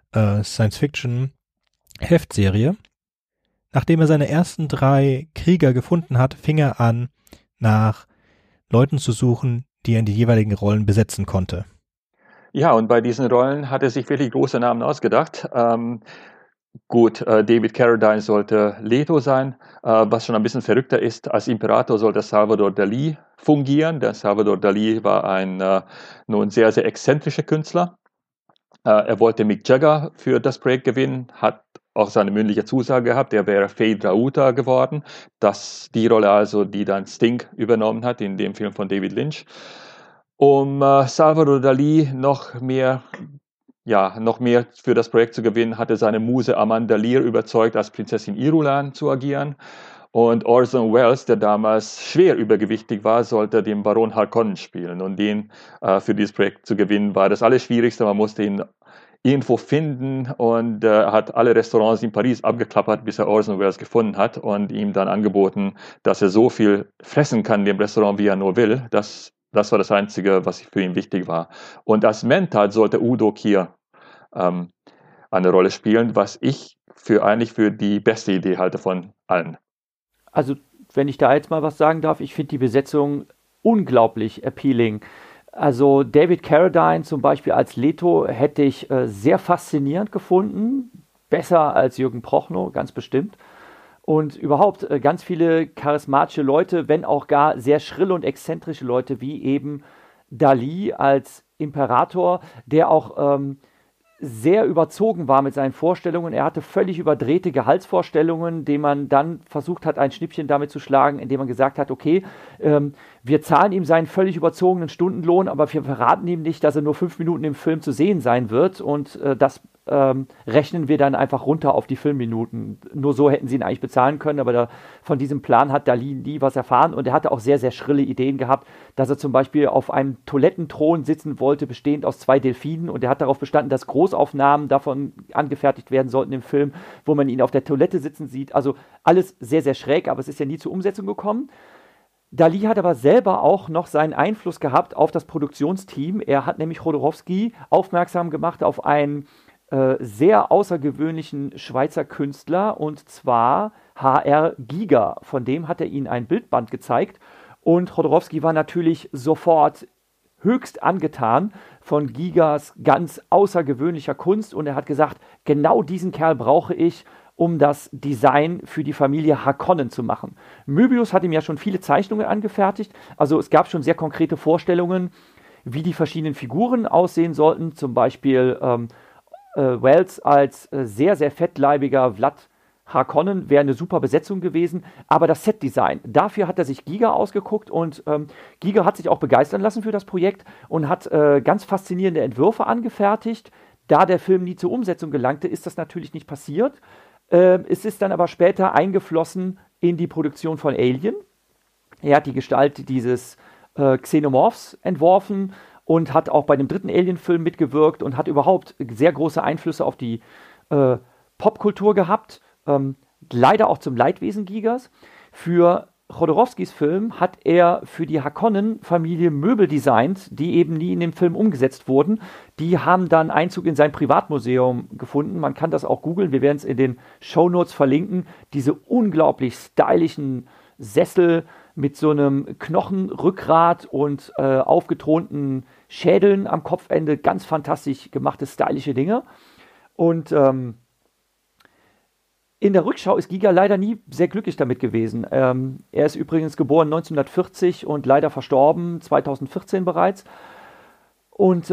Science-Fiction-Heftserie. Nachdem er seine ersten 3 Krieger gefunden hat, fing er an, nach Leuten zu suchen, die er in die jeweiligen Rollen besetzen konnte. Ja, und bei diesen Rollen hat er sich wirklich große Namen ausgedacht. Gut, David Carradine sollte Leto sein, was schon ein bisschen verrückter ist. Als Imperator sollte Salvador Dalí fungieren. Der Salvador Dalí war ein nun sehr, sehr exzentrischer Künstler. Er wollte Mick Jagger für das Projekt gewinnen, hat auch seine mündliche Zusage gehabt, er wäre Fade Rauta geworden. Das die Rolle also, die dann Sting übernommen hat in dem Film von David Lynch. Um Salvador Dalí noch mehr für das Projekt zu gewinnen, hatte seine Muse Amanda Lear überzeugt, als Prinzessin Irulan zu agieren. Und Orson Welles, der damals schwer übergewichtig war, sollte den Baron Harkonnen spielen. Und den für dieses Projekt zu gewinnen, war das Allerschwierigste. Man musste ihn irgendwo finden und hat alle Restaurants in Paris abgeklappert, bis er Orson Welles gefunden hat und ihm dann angeboten, dass er so viel fressen kann in dem Restaurant, wie er nur will. Das war das Einzige, was für ihn wichtig war. Und als Mentat sollte Udo Kier eine Rolle spielen, was ich für die beste Idee halte von allen. Also, wenn ich da jetzt mal was sagen darf, ich finde die Besetzung unglaublich appealing. Also David Carradine zum Beispiel als Leto hätte ich sehr faszinierend gefunden. besser als Jürgen Prochnow, ganz bestimmt. Und überhaupt ganz viele charismatische Leute, wenn auch gar sehr schrille und exzentrische Leute, wie eben Dalí als Imperator, der auch sehr überzogen war mit seinen Vorstellungen. Er hatte völlig überdrehte Gehaltsvorstellungen, denen man dann versucht hat, ein Schnippchen damit zu schlagen, indem man gesagt hat, okay, wir zahlen ihm seinen völlig überzogenen Stundenlohn, aber wir verraten ihm nicht, dass er nur 5 Minuten im Film zu sehen sein wird, und das rechnen wir dann einfach runter auf die Filmminuten. Nur so hätten sie ihn eigentlich bezahlen können, aber von diesem Plan hat Dalí nie was erfahren, und er hatte auch sehr, sehr schrille Ideen gehabt, dass er zum Beispiel auf einem Toilettenthron sitzen wollte, bestehend aus 2 Delfinen, und er hat darauf bestanden, dass Großaufnahmen davon angefertigt werden sollten im Film, wo man ihn auf der Toilette sitzen sieht. Also alles sehr, sehr schräg, aber es ist ja nie zur Umsetzung gekommen. Dalí hat aber selber auch noch seinen Einfluss gehabt auf das Produktionsteam. Er hat nämlich Jodorowsky aufmerksam gemacht auf einen sehr außergewöhnlichen Schweizer Künstler, und zwar H.R. Giger. Von dem hat er ihnen ein Bildband gezeigt, und Jodorowsky war natürlich sofort höchst angetan von Gigers ganz außergewöhnlicher Kunst, und er hat gesagt, genau diesen Kerl brauche ich, um das Design für die Familie Harkonnen zu machen. Möbius hat ihm ja schon viele Zeichnungen angefertigt, also es gab schon sehr konkrete Vorstellungen, wie die verschiedenen Figuren aussehen sollten, zum Beispiel Wells als sehr, sehr fettleibiger Vlad Harkonnen wäre eine super Besetzung gewesen, aber das Setdesign, dafür hat er sich Giger ausgeguckt, und Giger hat sich auch begeistern lassen für das Projekt und hat ganz faszinierende Entwürfe angefertigt. Da der Film nie zur Umsetzung gelangte, ist das natürlich nicht passiert. Es ist dann aber später eingeflossen in die Produktion von Alien. Er hat die Gestalt dieses Xenomorphs entworfen und hat auch bei dem 3. Alien-Film mitgewirkt und hat überhaupt sehr große Einflüsse auf die Popkultur gehabt. Leider auch zum Leidwesen Gigers. Für Jodorowskys Film hat er für die Harkonnen-Familie Möbel designt, die eben nie in dem Film umgesetzt wurden. Die haben dann Einzug in sein Privatmuseum gefunden. Man kann das auch googeln, wir werden es in den Shownotes verlinken. Diese unglaublich stylischen Sessel mit so einem Knochenrückgrat und aufgetronten Schädeln am Kopfende, ganz fantastisch gemachte, stylische Dinge. Und in der Rückschau ist Giger leider nie sehr glücklich damit gewesen. Er ist übrigens geboren 1940 und leider verstorben 2014 bereits. Und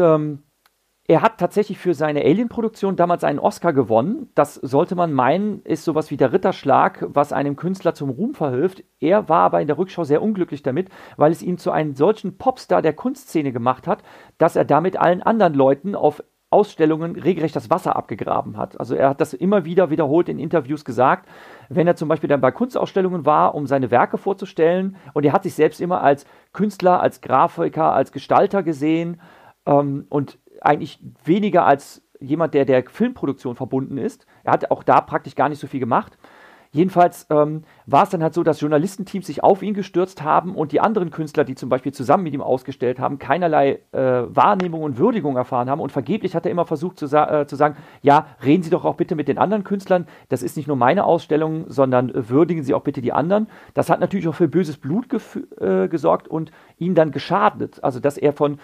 er hat tatsächlich für seine Alien-Produktion damals einen Oscar gewonnen. Das sollte man meinen, ist sowas wie der Ritterschlag, was einem Künstler zum Ruhm verhilft. Er war aber in der Rückschau sehr unglücklich damit, weil es ihn zu einem solchen Popstar der Kunstszene gemacht hat, dass er damit allen anderen Leuten auf Ausstellungen regelrecht das Wasser abgegraben hat. Also er hat das immer wieder wiederholt in Interviews gesagt, wenn er zum Beispiel dann bei Kunstausstellungen war, um seine Werke vorzustellen, und er hat sich selbst immer als Künstler, als Grafiker, als Gestalter gesehen und eigentlich weniger als jemand, der Filmproduktion verbunden ist. Er hat auch da praktisch gar nicht so viel gemacht. Jedenfalls war es dann halt so, dass Journalistenteams sich auf ihn gestürzt haben und die anderen Künstler, die zum Beispiel zusammen mit ihm ausgestellt haben, keinerlei Wahrnehmung und Würdigung erfahren haben. Und vergeblich hat er immer versucht zu sagen, ja, reden Sie doch auch bitte mit den anderen Künstlern. Das ist nicht nur meine Ausstellung, sondern würdigen Sie auch bitte die anderen. Das hat natürlich auch für böses Blut gesorgt und ihn dann geschadet. Also dass er von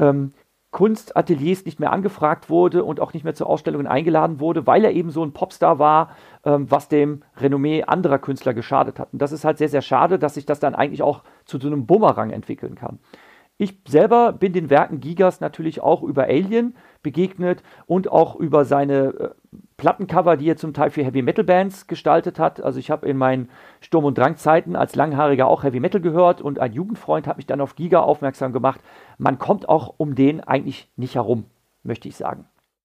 Kunstateliers nicht mehr angefragt wurde und auch nicht mehr zu Ausstellungen eingeladen wurde, weil er eben so ein Popstar war, was dem Renommee anderer Künstler geschadet hat. Und das ist halt sehr, sehr schade, dass sich das dann eigentlich auch zu so einem Bumerang entwickeln kann. Ich selber bin den Werken Gigers natürlich auch über Alien begegnet und auch über seine Plattencover, die er zum Teil für Heavy-Metal-Bands gestaltet hat. Also ich habe in meinen Sturm- und Drangzeiten als Langhaariger auch Heavy-Metal gehört, und ein Jugendfreund hat mich dann auf Giger aufmerksam gemacht. Man kommt auch um den eigentlich nicht herum, möchte ich sagen.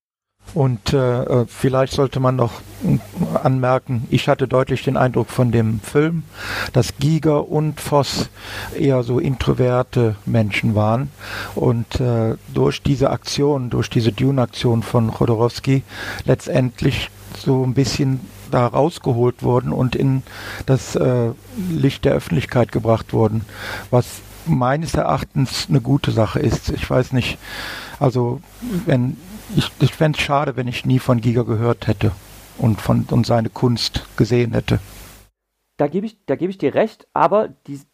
Und vielleicht sollte man noch anmerken, ich hatte deutlich den Eindruck von dem Film, dass Giger und Voss eher so introverte Menschen waren, und durch diese Aktion, durch diese Dune-Aktion von Jodorowsky letztendlich so ein bisschen da rausgeholt wurden und in das Licht der Öffentlichkeit gebracht wurden, was meines Erachtens eine gute Sache ist. Ich weiß nicht, also ich fände es schade, wenn ich nie von Giger gehört hätte und seine Kunst gesehen hätte. Da gebe ich dir recht, aber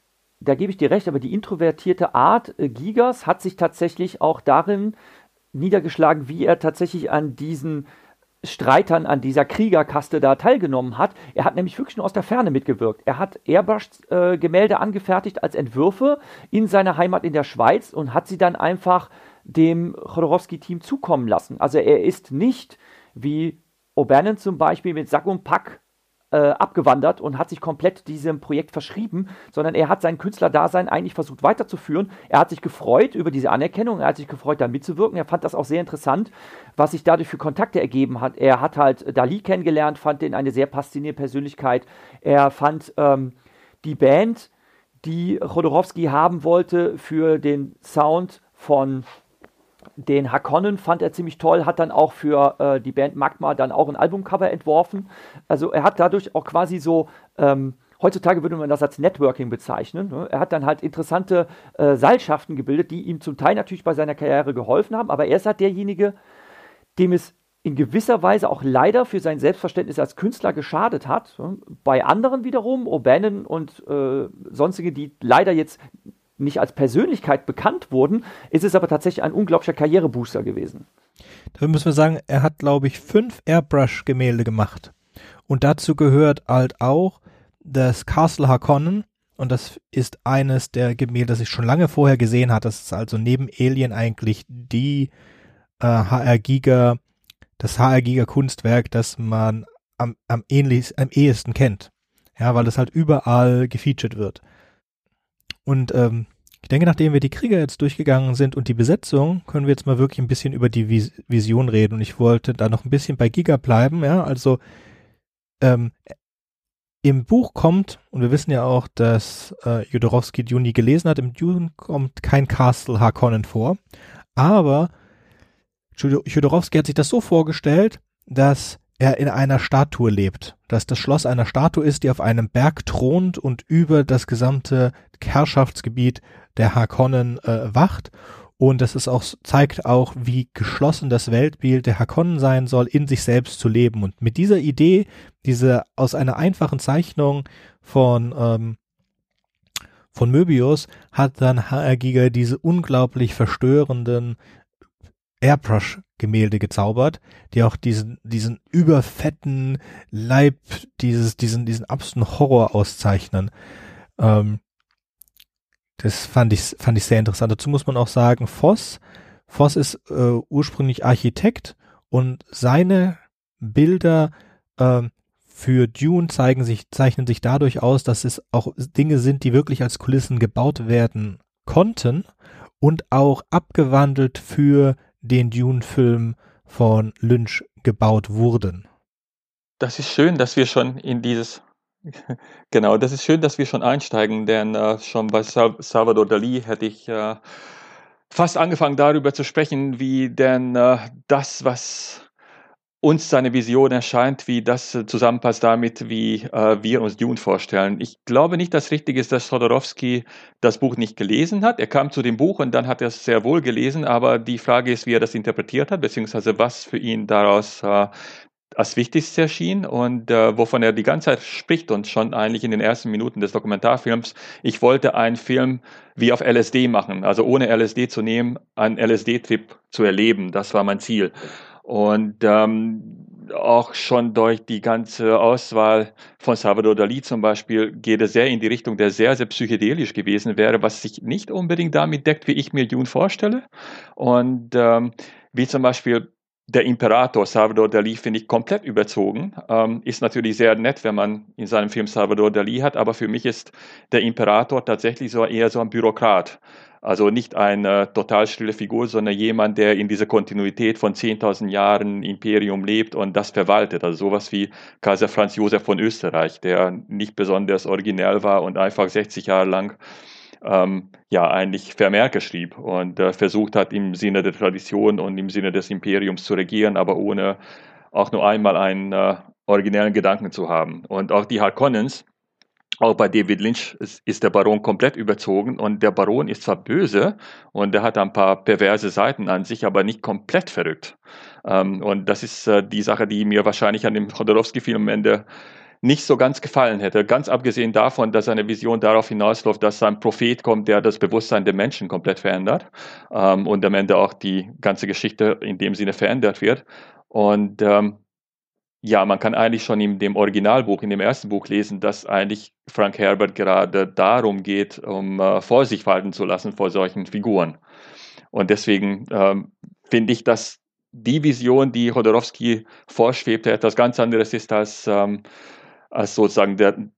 die introvertierte Art Gigers hat sich tatsächlich auch darin niedergeschlagen, wie er tatsächlich an diesen Streitern an dieser Kriegerkaste da teilgenommen hat. Er hat nämlich wirklich nur aus der Ferne mitgewirkt. Er hat Airbrush-Gemälde angefertigt als Entwürfe in seiner Heimat in der Schweiz und hat sie dann einfach dem Chodorowski-Team zukommen lassen. Also er ist nicht wie O'Bannon zum Beispiel mit Sack und Pack abgewandert und hat sich komplett diesem Projekt verschrieben, sondern er hat sein Künstlerdasein eigentlich versucht weiterzuführen. Er hat sich gefreut über diese Anerkennung, er hat sich gefreut, da mitzuwirken. Er fand das auch sehr interessant, was sich dadurch für Kontakte ergeben hat. Er hat halt Dali kennengelernt, fand den eine sehr faszinierende Persönlichkeit. Er fand die Band, die Chodorowski haben wollte für den Sound von den Harkonnen, fand er ziemlich toll, hat dann auch für die Band Magma dann auch ein Albumcover entworfen. Also er hat dadurch auch quasi so, heutzutage würde man das als Networking bezeichnen. Ne? Er hat dann halt interessante Seilschaften gebildet, die ihm zum Teil natürlich bei seiner Karriere geholfen haben, aber er ist halt derjenige, dem es in gewisser Weise auch leider für sein Selbstverständnis als Künstler geschadet hat. Ne? Bei anderen wiederum, O'Bannon und sonstige, die leider jetzt nicht als Persönlichkeit bekannt wurden, ist es aber tatsächlich ein unglaublicher Karrierebooster gewesen. Da müssen wir sagen, er hat, glaube ich, 5 Airbrush-Gemälde gemacht. Und dazu gehört halt auch das Castle Harkonnen. Und das ist eines der Gemälde, das ich schon lange vorher gesehen hatte. Das ist also neben Alien eigentlich die das HR Giger Kunstwerk, das man am ehesten kennt. Ja, weil es halt überall gefeatured wird. Und ich denke, nachdem wir die Krieger jetzt durchgegangen sind und die Besetzung, können wir jetzt mal wirklich ein bisschen über die Vision reden. Und ich wollte da noch ein bisschen bei Giger bleiben. Ja, also im Buch kommt, und wir wissen ja auch, dass Jodorowsky Dune nie gelesen hat, im Dune kommt kein Castle Harkonnen vor. Aber Jodorowsky hat sich das so vorgestellt, dass er in einer Statue lebt, dass das Schloss einer Statue ist, die auf einem Berg thront und über das gesamte Herrschaftsgebiet der Harkonnen wacht. Und das ist auch, zeigt auch, wie geschlossen das Weltbild der Harkonnen sein soll, in sich selbst zu leben. Und mit dieser Idee, aus einer einfachen Zeichnung von Möbius, hat dann HR Giger diese unglaublich verstörenden Airbrush-Gemälde gezaubert, die auch diesen überfetten Leib, diesen absoluten Horror auszeichnen. Das fand ich sehr interessant. Dazu muss man auch sagen, Voss ist ursprünglich Architekt und seine Bilder für Dune zeichnen sich dadurch aus, dass es auch Dinge sind, die wirklich als Kulissen gebaut werden konnten und auch abgewandelt für den Dune-Film von Lynch gebaut wurden. Das ist schön, dass wir schon in dieses, genau, das ist schön, dass wir schon einsteigen, denn schon bei Salvador Dalí hätte ich fast angefangen darüber zu sprechen, wie denn das, was uns seine Vision erscheint, wie das zusammenpasst damit, wie wir uns Dune vorstellen. Ich glaube nicht, dass richtig ist, dass Jodorowsky das Buch nicht gelesen hat. Er kam zu dem Buch und dann hat er es sehr wohl gelesen, aber die Frage ist, wie er das interpretiert hat, beziehungsweise was für ihn daraus als wichtigstes erschien und wovon er die ganze Zeit spricht und schon eigentlich in den ersten Minuten des Dokumentarfilms. Ich wollte einen Film wie auf LSD machen, also ohne LSD zu nehmen, einen LSD-Trip zu erleben. Das war mein Ziel. Und auch schon durch die ganze Auswahl von Salvador Dalí zum Beispiel geht es sehr in die Richtung, der sehr, sehr psychedelisch gewesen wäre, was sich nicht unbedingt damit deckt, wie ich mir Dune vorstelle. Und wie zum Beispiel der Imperator Salvador Dalí finde ich komplett überzogen. Ist natürlich sehr nett, wenn man in seinem Film Salvador Dalí hat, aber für mich ist der Imperator tatsächlich eher so ein Bürokrat. Also nicht eine total stille Figur, sondern jemand, der in dieser Kontinuität von 10.000 Jahren Imperium lebt und das verwaltet. Also sowas wie Kaiser Franz Josef von Österreich, der nicht besonders originell war und einfach 60 Jahre lang eigentlich Vermerke schrieb und versucht hat, im Sinne der Tradition und im Sinne des Imperiums zu regieren, aber ohne auch nur einmal einen originellen Gedanken zu haben. Und auch die Harkonnens, auch bei David Lynch ist der Baron komplett überzogen und der Baron ist zwar böse und er hat ein paar perverse Seiten an sich, aber nicht komplett verrückt. Und das ist die Sache, die mir wahrscheinlich an dem Jodorowsky-Film am Ende nicht so ganz gefallen hätte. Ganz abgesehen davon, dass seine Vision darauf hinausläuft, dass ein Prophet kommt, der das Bewusstsein der Menschen komplett verändert und am Ende auch die ganze Geschichte in dem Sinne verändert wird. Und ja, man kann eigentlich schon in dem Originalbuch, in dem ersten Buch lesen, dass eigentlich Frank Herbert gerade darum geht, um vor sich walten zu lassen vor solchen Figuren. Und deswegen finde ich, dass die Vision, die Jodorowsky vorschwebt, etwas ganz anderes ist, als sozusagen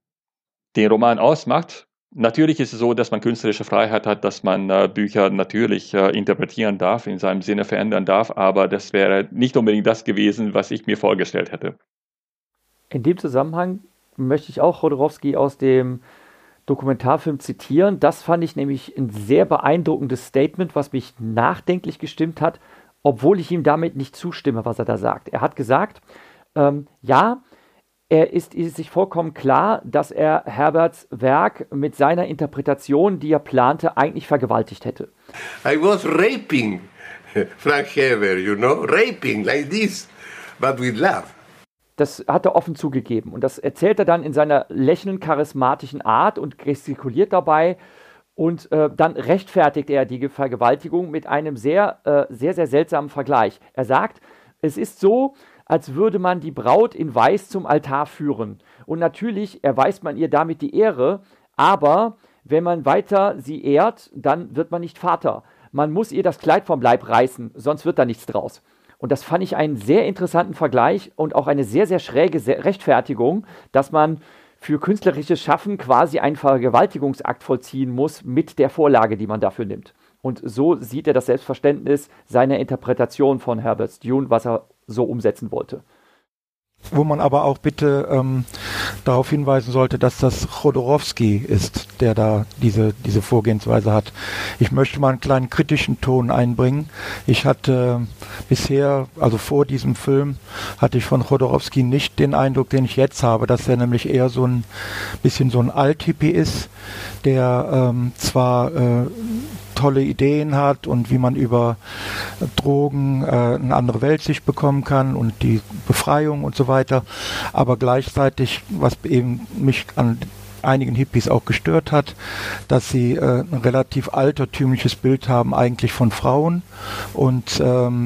den Roman ausmacht. Natürlich ist es so, dass man künstlerische Freiheit hat, dass man Bücher natürlich interpretieren darf, in seinem Sinne verändern darf, aber das wäre nicht unbedingt das gewesen, was ich mir vorgestellt hätte. In dem Zusammenhang möchte ich auch Jodorowsky aus dem Dokumentarfilm zitieren. Das fand ich nämlich ein sehr beeindruckendes Statement, was mich nachdenklich gestimmt hat, obwohl ich ihm damit nicht zustimme, was er da sagt. Er hat gesagt, ja, er ist sich vollkommen klar, dass er Herberts Werk mit seiner Interpretation, die er plante, eigentlich vergewaltigt hätte. I was raping Frank Herbert, raping like this, but with love. Das hat er offen zugegeben und das erzählt er dann in seiner lächelnden, charismatischen Art und gestikuliert dabei und dann rechtfertigt er die Vergewaltigung mit einem sehr, sehr seltsamen Vergleich. Er sagt, es ist so, als würde man die Braut in Weiß zum Altar führen. Und natürlich erweist man ihr damit die Ehre, aber wenn man weiter sie ehrt, dann wird man nicht Vater. Man muss ihr das Kleid vom Leib reißen, sonst wird da nichts draus. Und das fand ich einen sehr interessanten Vergleich und auch eine sehr, sehr schräge Rechtfertigung, dass man für künstlerisches Schaffen quasi einen Vergewaltigungsakt vollziehen muss mit der Vorlage, die man dafür nimmt. Und so sieht er das Selbstverständnis seiner Interpretation von Herbert's Dune, was er so umsetzen wollte. Wo man aber auch bitte darauf hinweisen sollte, dass das Jodorowsky ist, der da diese Vorgehensweise hat. Ich möchte mal einen kleinen kritischen Ton einbringen. Ich hatte bisher, also vor diesem Film, hatte ich von Jodorowsky nicht den Eindruck, den ich jetzt habe, dass er nämlich eher so ein bisschen so ein Alt-Hippie ist, der zwar tolle Ideen hat und wie man über Drogen eine andere Weltsicht bekommen kann und die Befreiung und so weiter, aber gleichzeitig, was eben mich an einigen Hippies auch gestört hat, dass sie ein relativ altertümliches Bild haben eigentlich von Frauen und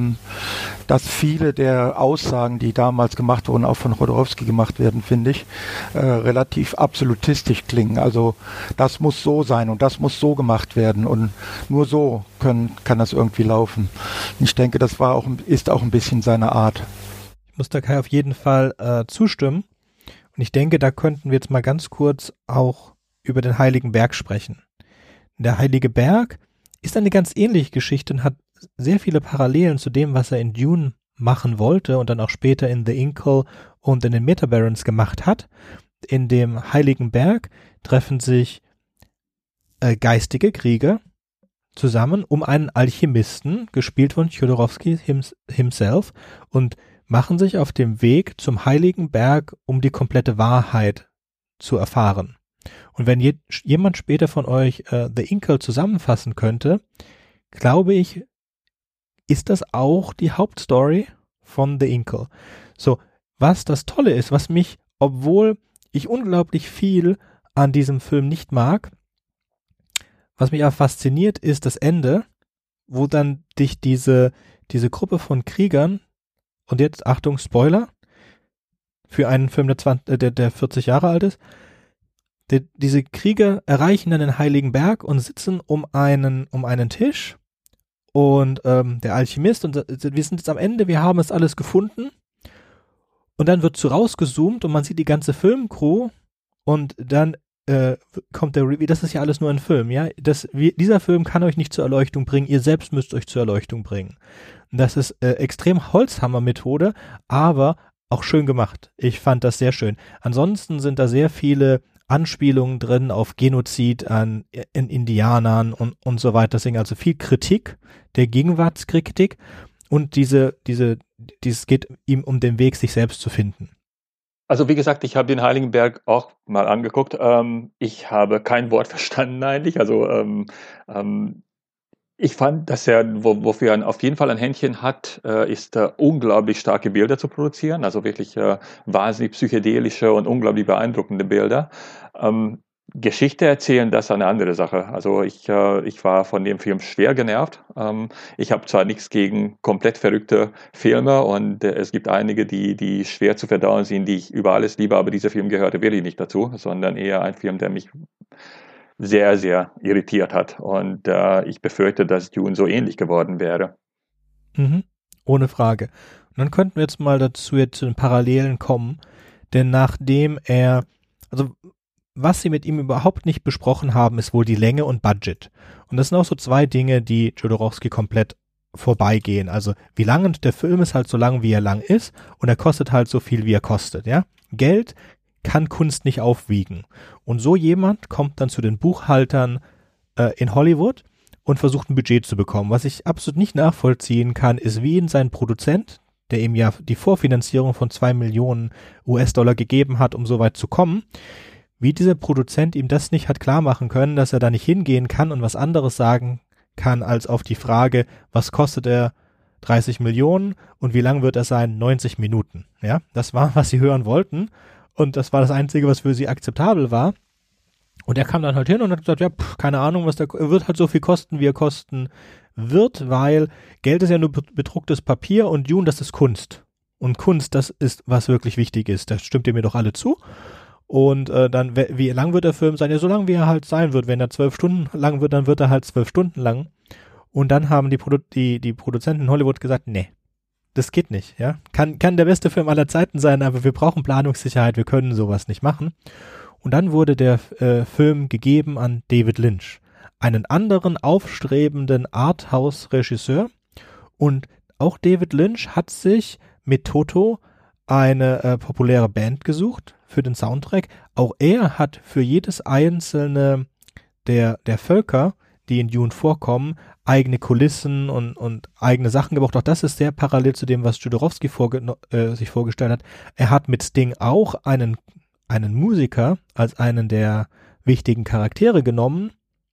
dass viele der Aussagen, die damals gemacht wurden, auch von Jodorowsky gemacht werden, finde ich, relativ absolutistisch klingen. Also das muss so sein und das muss so gemacht werden und nur so kann das irgendwie laufen. Ich denke, das ist auch ein bisschen seine Art. Ich muss da Kai auf jeden Fall zustimmen. Und ich denke, da könnten wir jetzt mal ganz kurz auch über den Heiligen Berg sprechen. Der Heilige Berg ist eine ganz ähnliche Geschichte und hat sehr viele Parallelen zu dem, was er in Dune machen wollte und dann auch später in The Incal und in den Metabarons gemacht hat. In dem Heiligen Berg treffen sich geistige Krieger zusammen um einen Alchemisten, gespielt von Jodorowsky himself, und machen sich auf dem Weg zum Heiligen Berg, um die komplette Wahrheit zu erfahren. Und wenn jemand später von euch The Incal zusammenfassen könnte, glaube ich, ist das auch die Hauptstory von The Incal. So, was das Tolle ist, was mich, obwohl ich unglaublich viel an diesem Film nicht mag, was mich aber fasziniert, ist das Ende, wo dann dich diese Gruppe von Kriegern, und jetzt, Achtung, Spoiler, für einen Film, der 40 Jahre alt ist, diese Krieger erreichen dann den Heiligen Berg und sitzen um einen Tisch und der Alchemist, und wir sind jetzt am Ende, wir haben es alles gefunden, und dann wird so rausgezoomt und man sieht die ganze Filmcrew und dann kommt der Review, das ist ja alles nur ein Film, ja, dieser Film kann euch nicht zur Erleuchtung bringen, ihr selbst müsst euch zur Erleuchtung bringen. Und das ist extrem Holzhammer-Methode, aber auch schön gemacht. Ich fand das sehr schön. Ansonsten sind da sehr viele Anspielungen drin auf Genozid an Indianern und so weiter. Deswegen also viel Kritik, der Gegenwartskritik, und dieses geht ihm um den Weg, sich selbst zu finden. Also wie gesagt, ich habe den Heiligen Berg auch mal angeguckt. Ich habe kein Wort verstanden eigentlich. Also ich fand, dass er, wofür er auf jeden Fall ein Händchen hat, ist unglaublich starke Bilder zu produzieren. Also wirklich wahnsinnig psychedelische und unglaublich beeindruckende Bilder. Geschichte erzählen, das ist eine andere Sache. Also ich war von dem Film schwer genervt. Ich habe zwar nichts gegen komplett verrückte Filme und es gibt einige, die schwer zu verdauen sind, die ich über alles liebe, aber dieser Film gehörte wirklich nicht dazu, sondern eher ein Film, der mich sehr, sehr irritiert hat. Und ich befürchte, dass Dune so ähnlich geworden wäre. Mhm. Ohne Frage. Und dann könnten wir jetzt mal dazu jetzt zu den Parallelen kommen, denn nachdem also was sie mit ihm überhaupt nicht besprochen haben, ist wohl die Länge und Budget. Und das sind auch so zwei Dinge, die Jodorowsky komplett vorbeigehen. Also wie lang, und der Film ist halt so lang, wie er lang ist, und er kostet halt so viel, wie er kostet, ja. Geld kann Kunst nicht aufwiegen. Und so jemand kommt dann zu den Buchhaltern in Hollywood und versucht ein Budget zu bekommen. Was ich absolut nicht nachvollziehen kann, ist, wie ihn sein Produzent, der ihm ja die Vorfinanzierung von 2 Millionen US-Dollar gegeben hat, um so weit zu kommen, wie dieser Produzent ihm das nicht hat klar machen können, dass er da nicht hingehen kann und was anderes sagen kann, als auf die Frage, was kostet er 30 Millionen und wie lang wird er sein? 90 Minuten. Ja, das war, was sie hören wollten, und das war das Einzige, was für sie akzeptabel war. Und er kam dann halt hin und hat gesagt, ja, keine Ahnung, er wird halt so viel kosten, wie er kosten wird, weil Geld ist ja nur bedrucktes Papier und Dune, das ist Kunst. Und Kunst, das ist, was wirklich wichtig ist. Da stimmt ihr mir doch alle zu. Und dann, wie lang wird der Film sein? Ja, so lang, wie er halt sein wird. Wenn er 12 Stunden lang wird, dann wird er halt 12 Stunden lang. Und dann haben die Produzenten in Hollywood gesagt, nee, das geht nicht. Ja, kann der beste Film aller Zeiten sein, aber wir brauchen Planungssicherheit, wir können sowas nicht machen. Und dann wurde der Film gegeben an David Lynch, einen anderen aufstrebenden Arthouse-Regisseur. Und auch David Lynch hat sich mit Toto eine populäre Band gesucht für den Soundtrack. Auch er hat für jedes einzelne der Völker, die in Dune vorkommen, eigene Kulissen und eigene Sachen gebraucht. Auch das ist sehr parallel zu dem, was Jodorowsky sich vorgestellt hat. Er hat mit Sting auch einen Musiker als einen der wichtigen Charaktere genommen.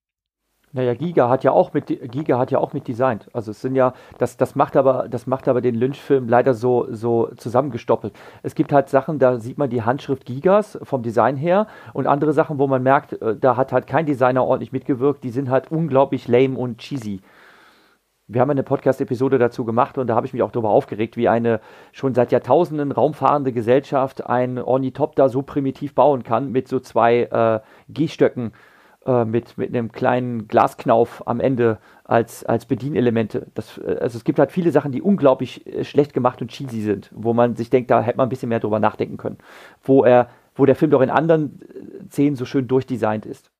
Naja, Giga hat ja auch mit designt. Also es sind ja, das macht aber den Lynch-Film leider so zusammengestoppelt. Es gibt halt Sachen, da sieht man die Handschrift Gigas vom Design her, und andere Sachen, wo man merkt, da hat halt kein Designer ordentlich mitgewirkt, die sind halt unglaublich lame und cheesy. Wir haben eine Podcast-Episode dazu gemacht und da habe ich mich auch darüber aufgeregt, wie eine schon seit Jahrtausenden raumfahrende Gesellschaft ein Ornithopter so primitiv bauen kann mit so zwei Gehstöcken mit einem kleinen Glasknauf am Ende als Bedienelemente. Also es gibt halt viele Sachen, die unglaublich schlecht gemacht und cheesy sind, wo man sich denkt, da hätte man ein bisschen mehr drüber nachdenken können. Wo der Film doch in anderen Szenen so schön durchdesignt ist.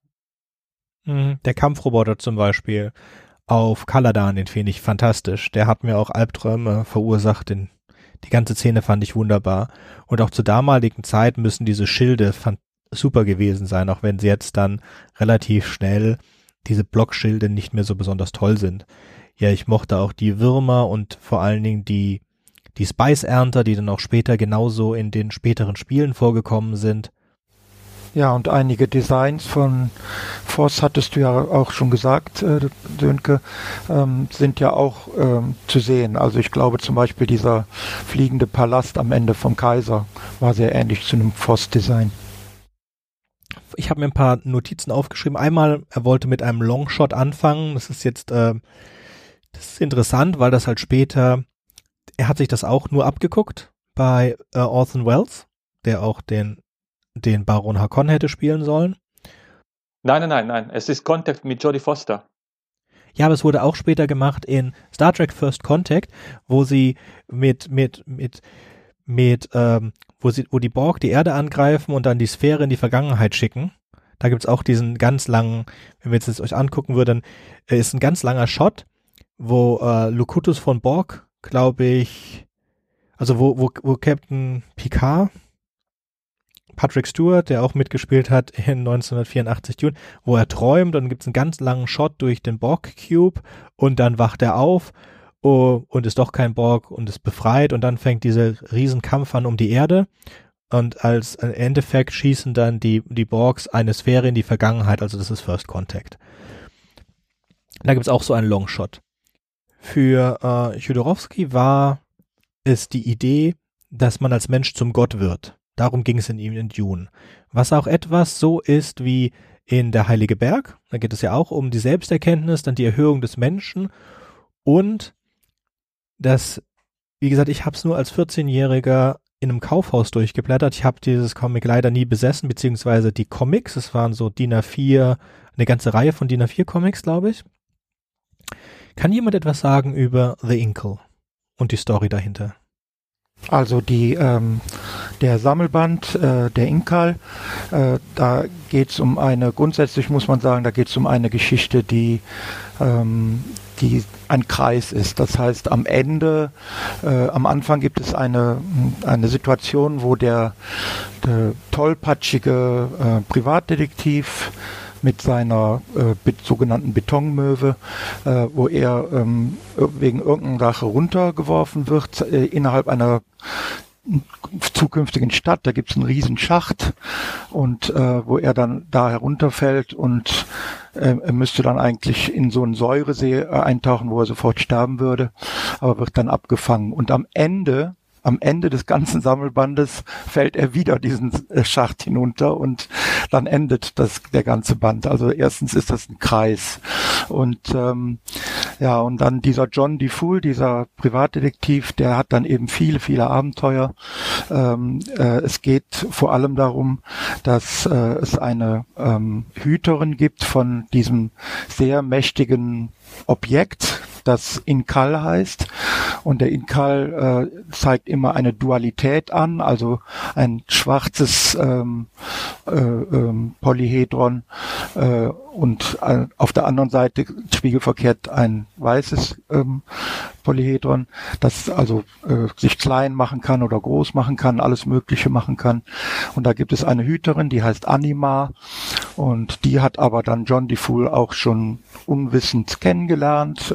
Der Kampfroboter zum Beispiel auf Caladan, den finde ich fantastisch. Der hat mir auch Albträume verursacht. Die ganze Szene fand ich wunderbar. Und auch zur damaligen Zeit müssen diese Schilde super gewesen sein, auch wenn sie jetzt dann relativ schnell diese Blockschilde nicht mehr so besonders toll sind. Ja, ich mochte auch die Würmer und vor allen Dingen die Spice-Ernter, die dann auch später genauso in den späteren Spielen vorgekommen sind. Ja, und einige Designs von Voss, hattest du ja auch schon gesagt, Sönke, sind ja auch zu sehen. Also ich glaube zum Beispiel dieser fliegende Palast am Ende vom Kaiser war sehr ähnlich zu einem Voss-Design. Ich habe mir ein paar Notizen aufgeschrieben. Einmal, er wollte mit einem Longshot anfangen. Das ist jetzt, das ist interessant, weil das halt später, er hat sich das auch nur abgeguckt bei Orson Welles, der auch den Baron Harkonnen hätte spielen sollen. Nein. Es ist Contact mit Jodie Foster. Ja, aber es wurde auch später gemacht in Star Trek First Contact, wo sie wo die Borg die Erde angreifen und dann die Sphäre in die Vergangenheit schicken. Da gibt's auch diesen ganz langen, wenn wir jetzt euch angucken würden, ist ein ganz langer Shot, wo Locutus von Borg, glaube ich, also wo Captain Picard, Patrick Stewart, der auch mitgespielt hat in 1984 Dune, wo er träumt, und dann gibt's einen ganz langen Shot durch den Borg-Cube und dann wacht er auf und ist doch kein Borg und ist befreit, und dann fängt dieser Riesenkampf an um die Erde, und als Endeffekt schießen dann die Borgs eine Sphäre in die Vergangenheit, also das ist First Contact. Da gibt's auch so einen Longshot. Für Jodorowsky war es die Idee, dass man als Mensch zum Gott wird. Darum ging es in ihm in Dune. Was auch etwas so ist wie in Der Heilige Berg. Da geht es ja auch um die Selbsterkenntnis, dann die Erhöhung des Menschen und das, wie gesagt, ich habe es nur als 14-Jähriger in einem Kaufhaus durchgeblättert. Ich habe dieses Comic leider nie besessen, beziehungsweise die Comics, es waren so DIN A4, eine ganze Reihe von DIN A4 Comics, glaube ich. Kann jemand etwas sagen über The Inkle und die Story dahinter? Also der Sammelband, der Inkal, da geht es um grundsätzlich muss man sagen, da geht es um eine Geschichte, die ein Kreis ist. Das heißt, am Anfang gibt es eine Situation, wo der tollpatschige Privatdetektiv mit seiner sogenannten Betonmöwe, wo er wegen irgendeiner Sache runtergeworfen wird innerhalb einer zukünftigen Stadt. Da gibt es einen riesen Schacht und wo er dann da herunterfällt und er müsste dann eigentlich in so einen Säuresee eintauchen, wo er sofort sterben würde, aber wird dann abgefangen. Und am Ende des ganzen Sammelbandes fällt er wieder diesen Schacht hinunter und dann endet der ganze Band. Also erstens ist das ein Kreis. Und und dann dieser John DeFool, dieser Privatdetektiv, der hat dann eben viele, viele Abenteuer. Es geht vor allem darum, dass es eine Hüterin gibt von diesem sehr mächtigen Objekt, das Inkal heißt. Und der Inkal zeigt immer eine Dualität an, also ein schwarzes Polyhedron und auf der anderen Seite spiegelverkehrt ein weißes Polyhedron, das also sich klein machen kann oder groß machen kann, alles Mögliche machen kann. Und da gibt es eine Hüterin, die heißt Anima und die hat aber dann John DeFool auch schon unwissend kennengelernt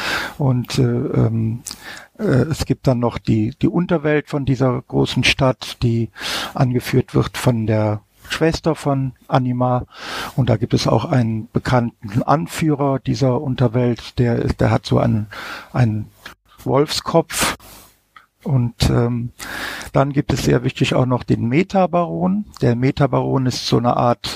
es gibt dann noch die Unterwelt von dieser großen Stadt, die angeführt wird von der Schwester von Anima und da gibt es auch einen bekannten Anführer dieser Unterwelt, der hat so einen Wolfskopf und dann gibt es sehr wichtig auch noch den Metabaron. Der Metabaron ist so eine Art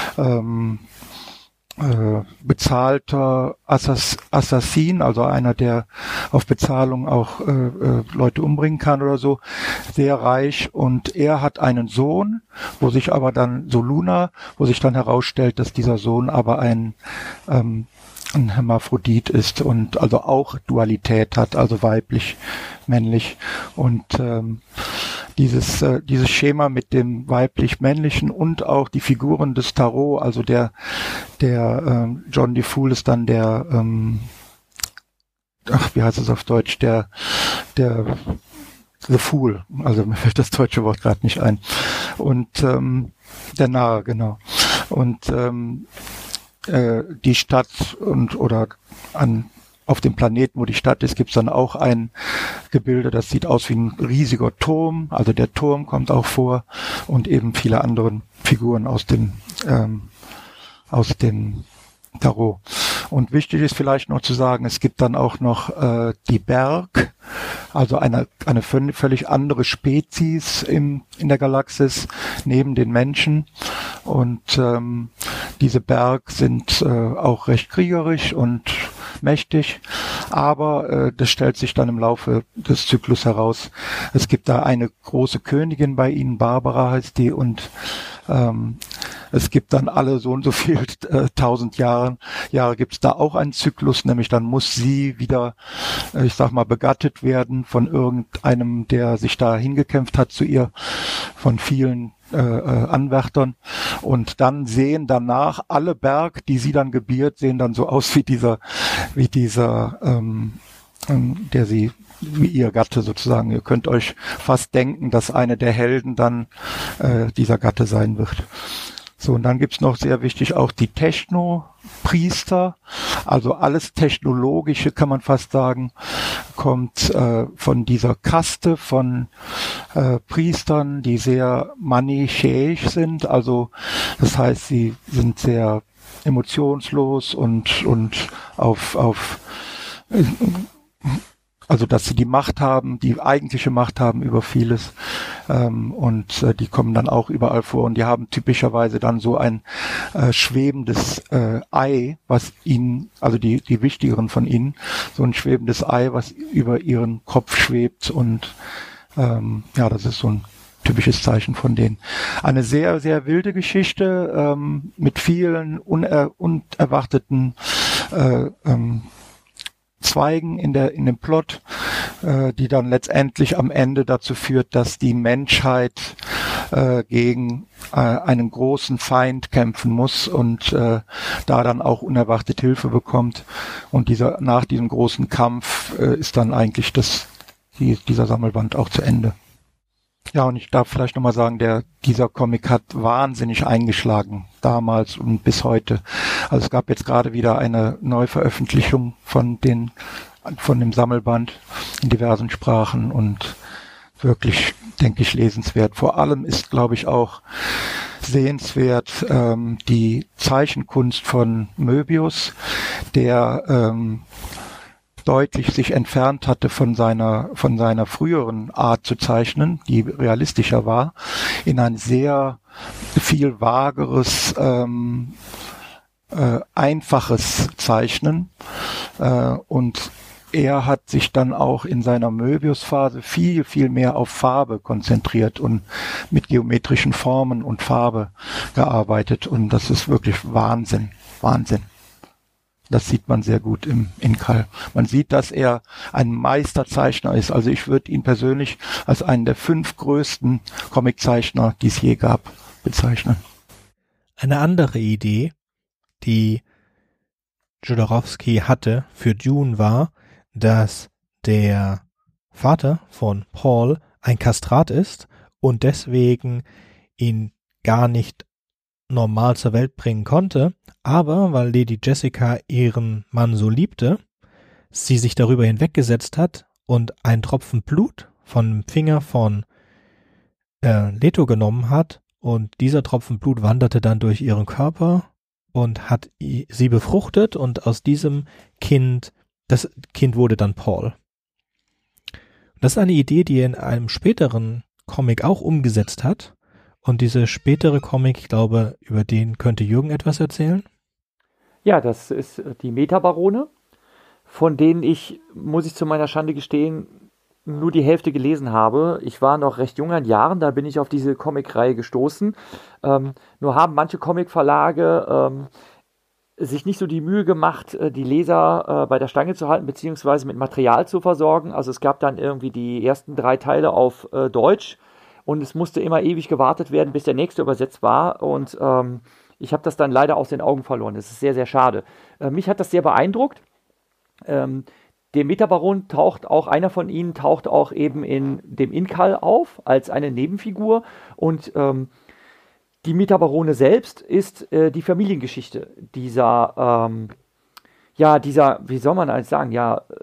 bezahlter Assassin, also einer, der auf Bezahlung auch Leute umbringen kann oder so, sehr reich und er hat einen Sohn, wo sich dann herausstellt, dass dieser Sohn aber ein Hermaphrodit ist und also auch Dualität hat, also weiblich, männlich und dieses Schema mit dem weiblich-männlichen und auch die Figuren des Tarot, also der John DeFool ist dann der wie heißt es auf Deutsch, der The Fool, also mir fällt das deutsche Wort gerade nicht ein und der Narr, genau und die Stadt auf dem Planeten, wo die Stadt ist, gibt es dann auch ein Gebilde, das sieht aus wie ein riesiger Turm, also der Turm kommt auch vor und eben viele andere Figuren aus dem Tarot. Und wichtig ist vielleicht noch zu sagen, es gibt dann auch noch die Berg, also eine völlig andere Spezies in der Galaxis neben den Menschen und diese Berg sind auch recht kriegerisch und mächtig, aber das stellt sich dann im Laufe des Zyklus heraus. Es gibt da eine große Königin bei ihnen, Barbara heißt die, und es gibt dann alle so und so viel 1000 Jahre gibt es da auch einen Zyklus, nämlich dann muss sie wieder, ich sag mal, begattet werden von irgendeinem, der sich da hingekämpft hat zu ihr, von vielen Anwärtern und dann sehen danach alle Berg, die sie dann gebiert, sehen dann so aus wie ihr Gatte sozusagen. Ihr könnt euch fast denken, dass eine der Helden dann dieser Gatte sein wird. So, und dann gibt's noch sehr wichtig auch die Technopriester, also alles Technologische, kann man fast sagen, kommt von dieser Kaste von Priestern, die sehr manichäisch sind, also das heißt, sie sind sehr emotionslos und also dass sie die eigentliche Macht haben über vieles. Die kommen dann auch überall vor und die haben typischerweise dann so ein schwebendes Ei, was ihnen, also die wichtigeren von ihnen, so ein schwebendes Ei, was über ihren Kopf schwebt und das ist so ein typisches Zeichen von denen. Eine sehr, sehr wilde Geschichte mit vielen unerwarteten Zweigen in dem Plot, die dann letztendlich am Ende dazu führt, dass die Menschheit gegen einen großen Feind kämpfen muss und da dann auch unerwartet Hilfe bekommt. Und nach diesem großen Kampf ist dann eigentlich dieser Sammelband auch zu Ende. Ja, und ich darf vielleicht nochmal sagen, dieser Comic hat wahnsinnig eingeschlagen, damals und bis heute. Also es gab jetzt gerade wieder eine Neuveröffentlichung von dem Sammelband in diversen Sprachen und wirklich, denke ich, lesenswert. Vor allem ist, glaube ich, auch sehenswert die Zeichenkunst von Möbius, der deutlich sich entfernt hatte von seiner früheren Art zu zeichnen, die realistischer war, in ein sehr viel vageres, einfaches Zeichnen. Und er hat sich dann auch in seiner Möbius-Phase viel, viel mehr auf Farbe konzentriert und mit geometrischen Formen und Farbe gearbeitet. Und das ist wirklich Wahnsinn. Das sieht man sehr gut im Incal. Man sieht, dass er ein Meisterzeichner ist. Also ich würde ihn persönlich als einen der 5 größten Comiczeichner, die es je gab, bezeichnen. Eine andere Idee, die Jodorowsky hatte für Dune, war, dass der Vater von Paul ein Kastrat ist und deswegen ihn gar nicht normal zur Welt bringen konnte, aber weil Lady Jessica ihren Mann so liebte, sie sich darüber hinweggesetzt hat und einen Tropfen Blut von dem Finger von Leto genommen hat und dieser Tropfen Blut wanderte dann durch ihren Körper und hat sie befruchtet und aus diesem das Kind wurde dann Paul. Das ist eine Idee, die er in einem späteren Comic auch umgesetzt hat. Und diese spätere Comic, ich glaube, über den könnte Jürgen etwas erzählen. Ja, das ist die Metabarone, von denen ich, muss ich zu meiner Schande gestehen, nur die Hälfte gelesen habe. Ich war noch recht jung an Jahren, da bin ich auf diese Comicreihe gestoßen. Nur haben manche Comicverlage sich nicht so die Mühe gemacht, die Leser bei der Stange zu halten, beziehungsweise mit Material zu versorgen. Also es gab dann irgendwie die ersten 3 Teile auf Deutsch. Und es musste immer ewig gewartet werden, bis der nächste übersetzt war. Und ich habe das dann leider aus den Augen verloren. Das ist sehr, sehr schade. Mich hat das sehr beeindruckt. Der Metabaron einer von ihnen taucht auch eben in dem Incal auf, als eine Nebenfigur. Und die Metabarone selbst ist die Familiengeschichte dieser, wie soll man eigentlich sagen,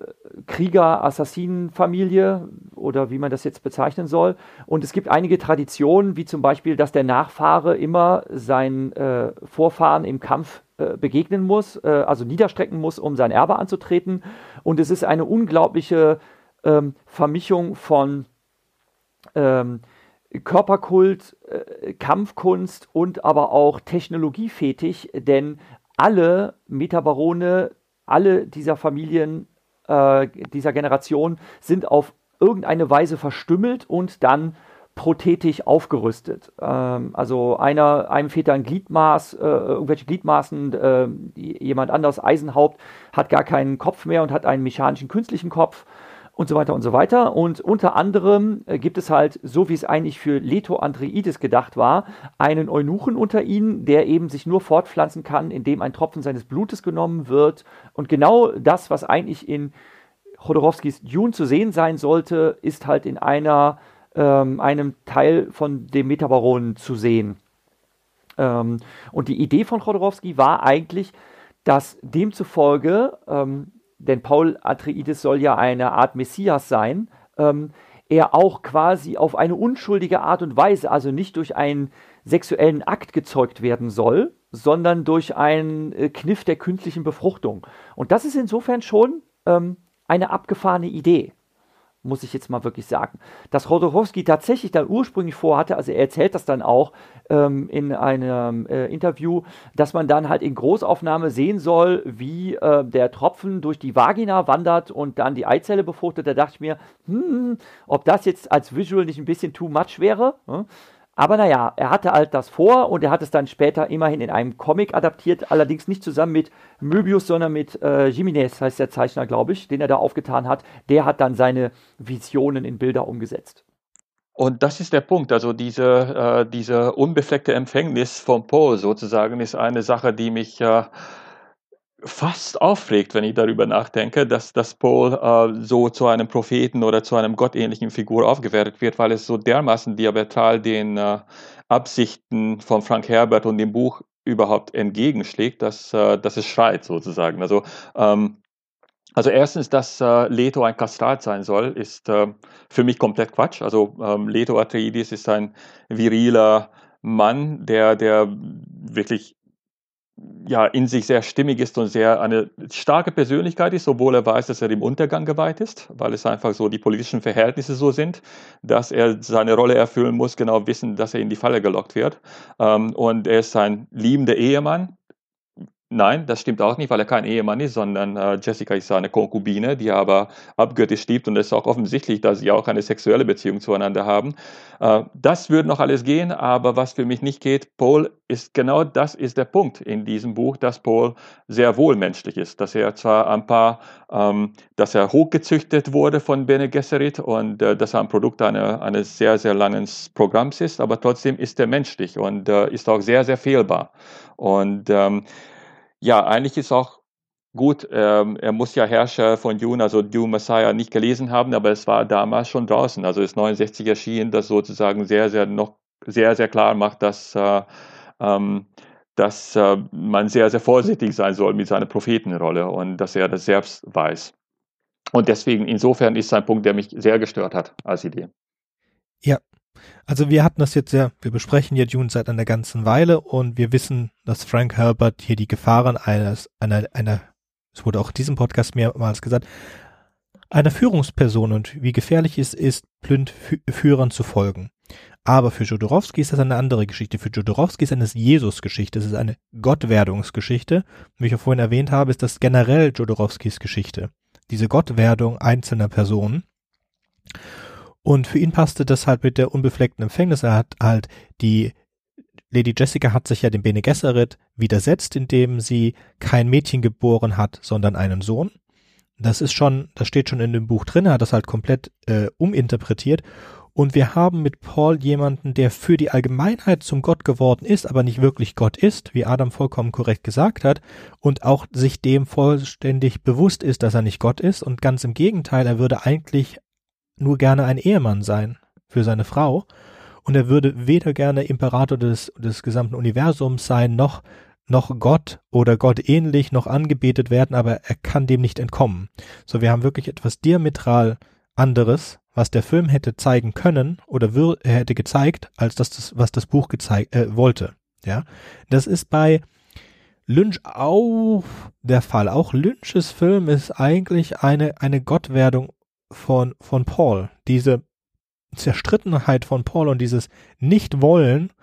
Krieger-Assassinen-Familie oder wie man das jetzt bezeichnen soll. Und es gibt einige Traditionen, wie zum Beispiel, dass der Nachfahre immer seinen Vorfahren im Kampf begegnen muss, also niederstrecken muss, um sein Erbe anzutreten. Und es ist eine unglaubliche Vermischung von Körperkult, Kampfkunst und aber auch Technologiefetisch, denn alle Metabarone, alle dieser Familien, dieser Generation sind auf irgendeine Weise verstümmelt und dann prothetisch aufgerüstet. Also einem fehlt ein Gliedmaß, irgendwelche Gliedmaßen, jemand anderes, Eisenhaupt, hat gar keinen Kopf mehr und hat einen mechanischen, künstlichen Kopf und so weiter und so weiter. Und unter anderem gibt es halt, so wie es eigentlich für Leto Atreides gedacht war, einen Eunuchen unter ihnen, der eben sich nur fortpflanzen kann, indem ein Tropfen seines Blutes genommen wird. Und genau das, was eigentlich in Jodorowskys Dune zu sehen sein sollte, ist halt in einem Teil von dem Metabaronen zu sehen. Und die Idee von Jodorowsky war eigentlich, dass demzufolge, denn Paul Atreides soll ja eine Art Messias sein, er auch quasi auf eine unschuldige Art und Weise, also nicht durch einen sexuellen Akt gezeugt werden soll, sondern durch einen Kniff der künstlichen Befruchtung. Und das ist insofern schon eine abgefahrene Idee. muss ich jetzt mal wirklich sagen. Dass Jodorowsky tatsächlich dann ursprünglich vorhatte, also er erzählt das dann auch in einem Interview, dass man dann halt in Großaufnahme sehen soll, wie der Tropfen durch die Vagina wandert und dann die Eizelle befruchtet. Da dachte ich mir, ob das jetzt als Visual nicht ein bisschen too much wäre. Aber naja, er hatte halt das vor und er hat es dann später immerhin in einem Comic adaptiert, allerdings nicht zusammen mit Möbius, sondern mit Jiménez, heißt der Zeichner, glaube ich, den er da aufgetan hat. Der hat dann seine Visionen in Bilder umgesetzt. Und das ist der Punkt. Also diese unbefleckte Empfängnis von Poe sozusagen ist eine Sache, die mich fast aufregt, wenn ich darüber nachdenke, dass Poe so zu einem Propheten oder zu einem gottähnlichen Figur aufgewertet wird, weil es so dermaßen diametral den Absichten von Frank Herbert und dem Buch überhaupt entgegenschlägt, dass es schreit sozusagen. Also erstens, dass Leto ein Kastrat sein soll, ist für mich komplett Quatsch. Also Leto Atreides ist ein viriler Mann, der wirklich in sich sehr stimmig ist und sehr eine starke Persönlichkeit ist, obwohl er weiß, dass er dem Untergang geweiht ist, weil es einfach so die politischen Verhältnisse so sind, dass er seine Rolle erfüllen muss, genau wissen, dass er in die Falle gelockt wird. Und er ist ein liebender Ehemann. Nein, das stimmt auch nicht, weil er kein Ehemann ist, sondern Jessica ist seine Konkubine, die er aber abgöttisch liebt und es ist auch offensichtlich, dass sie auch eine sexuelle Beziehung zueinander haben. Das würde noch alles gehen, aber was für mich nicht geht, Paul ist genau das ist der Punkt in diesem Buch, dass Paul sehr wohl menschlich ist, dass er zwar dass er hochgezüchtet wurde von Bene Gesserit und dass er ein Produkt eines sehr, sehr langen Programms ist, aber trotzdem ist er menschlich und ist auch sehr, sehr fehlbar. Und eigentlich ist auch gut, er muss ja Herrscher von Dune, also Dune Messiah, nicht gelesen haben, aber es war damals schon draußen. Also es ist 69 erschienen, das sozusagen sehr, sehr klar macht, dass man sehr, sehr vorsichtig sein soll mit seiner Prophetenrolle und dass er das selbst weiß. Und deswegen, insofern ist es ein Punkt, der mich sehr gestört hat als Idee. Ja. Also wir hatten das jetzt wir besprechen ja Dune seit einer ganzen Weile und wir wissen, dass Frank Herbert hier die Gefahren es wurde auch in diesem Podcast mehrmals gesagt, einer Führungsperson und wie gefährlich es ist, blind Führern zu folgen. Aber für Jodorowsky ist das eine andere Geschichte. Für Jodorowsky ist es eine Jesus-Geschichte, es ist eine Gottwerdungsgeschichte. Wie ich ja vorhin erwähnt habe, ist das generell Jodorowskys Geschichte. Diese Gottwerdung einzelner Personen. Und für ihn passte das halt mit der unbefleckten Empfängnis. Er hat halt Lady Jessica hat sich ja dem Bene Gesserit widersetzt, indem sie kein Mädchen geboren hat, sondern einen Sohn. Das steht schon in dem Buch drin, er hat das halt komplett uminterpretiert. Und wir haben mit Paul jemanden, der für die Allgemeinheit zum Gott geworden ist, aber nicht wirklich Gott ist, wie Adam vollkommen korrekt gesagt hat, und auch sich dem vollständig bewusst ist, dass er nicht Gott ist. Und ganz im Gegenteil, er würde eigentlich nur gerne ein Ehemann sein für seine Frau und er würde weder gerne Imperator des gesamten Universums sein, noch Gott oder Gott ähnlich, noch angebetet werden, aber er kann dem nicht entkommen. So, wir haben wirklich etwas diametral anderes, was der Film hätte zeigen können oder er hätte gezeigt, als was das Buch wollte. Ja, das ist bei Lynch auch der Fall. Auch Lynches Film ist eigentlich eine Gottwerdung von Paul, diese Zerstrittenheit von Paul und dieses Nichtwollen,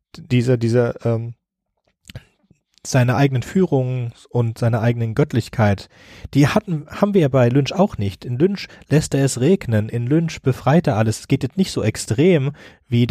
seine eigenen Führung und seine eigenen Göttlichkeit, haben wir ja bei Lynch auch nicht. In Lynch lässt er es regnen, in Lynch befreit er alles. Es geht jetzt nicht so extrem, wie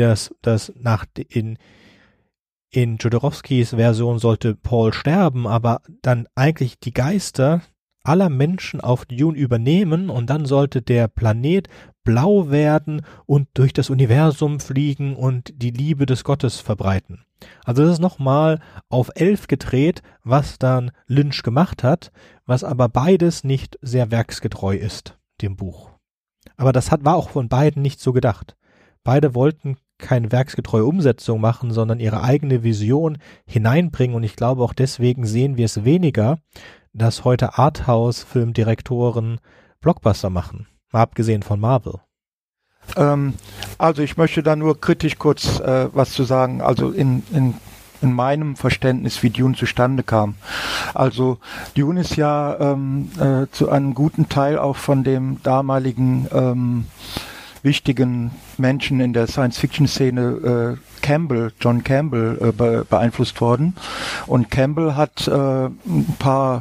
in Jodorowskys Version sollte Paul sterben, aber dann eigentlich die Geister aller Menschen auf Dune übernehmen und dann sollte der Planet blau werden und durch das Universum fliegen und die Liebe des Gottes verbreiten. Also das ist nochmal auf 11 gedreht, was dann Lynch gemacht hat, was aber beides nicht sehr werksgetreu ist, dem Buch. Aber das war auch von beiden nicht so gedacht. Beide wollten keine werksgetreue Umsetzung machen, sondern ihre eigene Vision hineinbringen und ich glaube auch deswegen sehen wir es weniger, dass heute Arthouse-Filmdirektoren Blockbuster machen, mal abgesehen von Marvel. Also ich möchte da nur kritisch kurz was zu sagen. Also in in meinem Verständnis, wie Dune zustande kam. Also Dune ist ja zu einem guten Teil auch von dem damaligen wichtigen Menschen in der Science-Fiction-Szene John Campbell beeinflusst worden. Und Campbell hat ein paar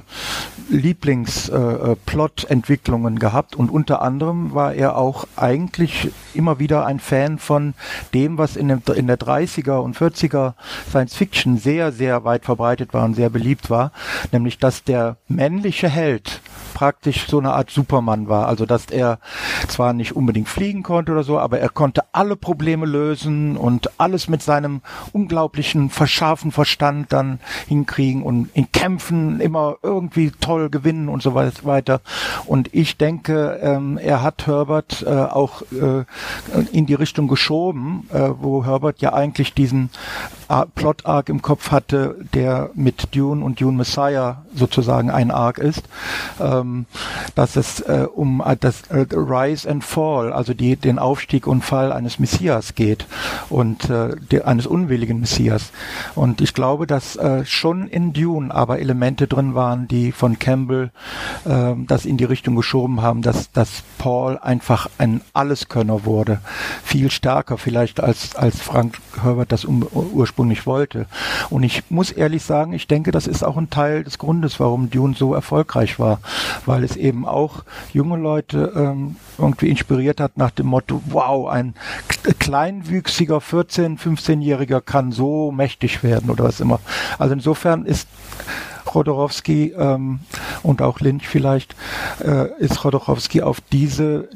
Lieblings-Plot-Entwicklungen gehabt und unter anderem war er auch eigentlich immer wieder ein Fan von dem, was in der 30er und 40er Science-Fiction sehr, sehr weit verbreitet war und sehr beliebt war, nämlich dass der männliche Held praktisch so eine Art Superman war, also dass er zwar nicht unbedingt fliegen konnte oder so, aber er konnte alle Probleme lösen und alles mit seinem unglaublichen scharfen Verstand dann hinkriegen und in Kämpfen immer irgendwie toll gewinnen und so weiter. Und ich denke, er hat Herbert auch in die Richtung geschoben, wo Herbert ja eigentlich diesen Plot-Arc im Kopf hatte, der mit Dune und Dune Messiah sozusagen ein Arc ist, dass es um das Rise and Fall, also den Aufstieg und Fall eines Messias geht und eines unwilligen Messias. Und ich glaube, dass schon in Dune aber Elemente drin waren, die von Campbell das in die Richtung geschoben haben, dass Paul einfach ein Alleskönner wurde. Viel stärker vielleicht als Frank Herbert das ursprünglich wollte. Und ich muss ehrlich sagen, ich denke, das ist auch ein Teil des Grundes, warum Dune so erfolgreich war, weil es eben auch junge Leute irgendwie inspiriert hat nach dem Motto, wow, ein kleinwüchsiger 14-, 15-Jähriger kann so mächtig werden oder was immer. Also insofern ist Jodorowsky und auch Lynch vielleicht, ist Jodorowsky auf diese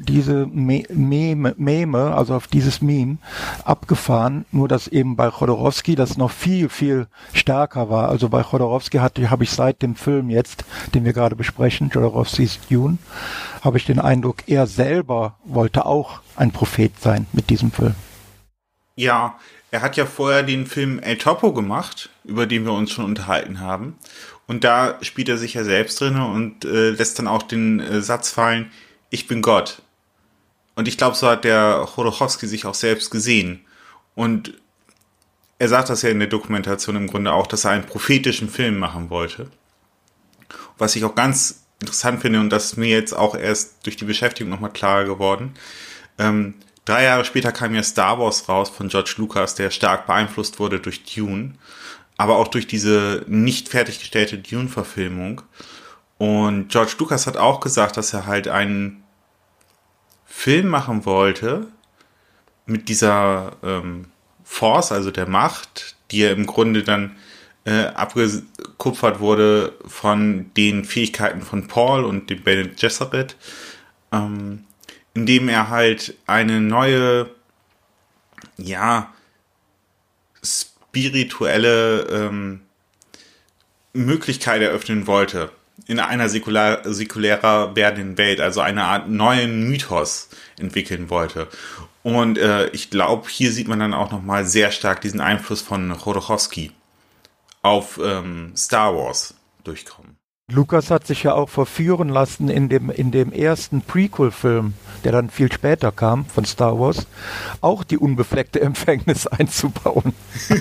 Meme, also auf dieses Meme abgefahren, nur dass eben bei Jodorowsky das noch viel, viel stärker war. Also bei Jodorowsky habe ich seit dem Film jetzt, den wir gerade besprechen, Jodorowskys Dune, habe ich den Eindruck, er selber wollte auch ein Prophet sein mit diesem Film. Ja, er hat ja vorher den Film El Topo gemacht, über den wir uns schon unterhalten haben. Und da spielt er sich ja selbst drin und lässt dann auch den Satz fallen, ich bin Gott. Und ich glaube, so hat der Jodorowsky sich auch selbst gesehen. Und er sagt das ja in der Dokumentation im Grunde auch, dass er einen prophetischen Film machen wollte. Was ich auch ganz interessant finde, und das ist mir jetzt auch erst durch die Beschäftigung nochmal klarer geworden, 3 Jahre später kam ja Star Wars raus von George Lucas, der stark beeinflusst wurde durch Dune, aber auch durch diese nicht fertiggestellte Dune-Verfilmung. Und George Lucas hat auch gesagt, dass er halt einen Film machen wollte mit dieser Force, also der Macht, die ja im Grunde dann abgekupfert wurde von den Fähigkeiten von Paul und dem Bene Gesserit, indem er halt eine neue, spirituelle Möglichkeit eröffnen wollte in einer säkulärer werdenden Welt, also eine Art neuen Mythos entwickeln wollte. Und ich glaube, hier sieht man dann auch nochmal sehr stark diesen Einfluss von Jodorowsky auf Star Wars durchkommen. Lucas hat sich ja auch verführen lassen in dem ersten Prequel-Film, der dann viel später kam, von Star Wars, auch die unbefleckte Empfängnis einzubauen.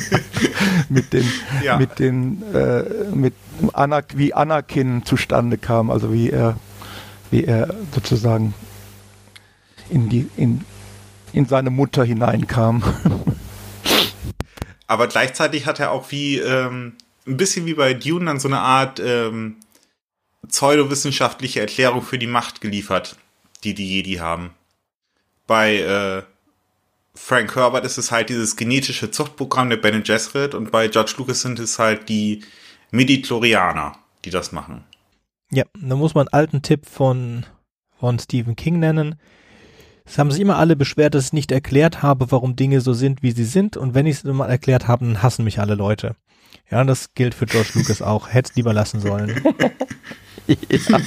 Wie Anakin zustande kam, also wie er sozusagen in seine Mutter hineinkam. Aber gleichzeitig hat er auch ein bisschen wie bei Dune dann so eine Art pseudowissenschaftliche Erklärung für die Macht geliefert, die Jedi haben. Bei Frank Herbert ist es halt dieses genetische Zuchtprogramm der Bene Gesserit und bei George Lucas sind es halt die Midi-Chlorianer, die das machen. Ja, da muss man einen alten Tipp von Stephen King nennen. Es haben sich immer alle beschwert, dass ich nicht erklärt habe, warum Dinge so sind, wie sie sind. Und wenn ich es mal erklärt habe, dann hassen mich alle Leute. Ja, das gilt für George Lucas auch. Hätte es lieber lassen sollen. Ja.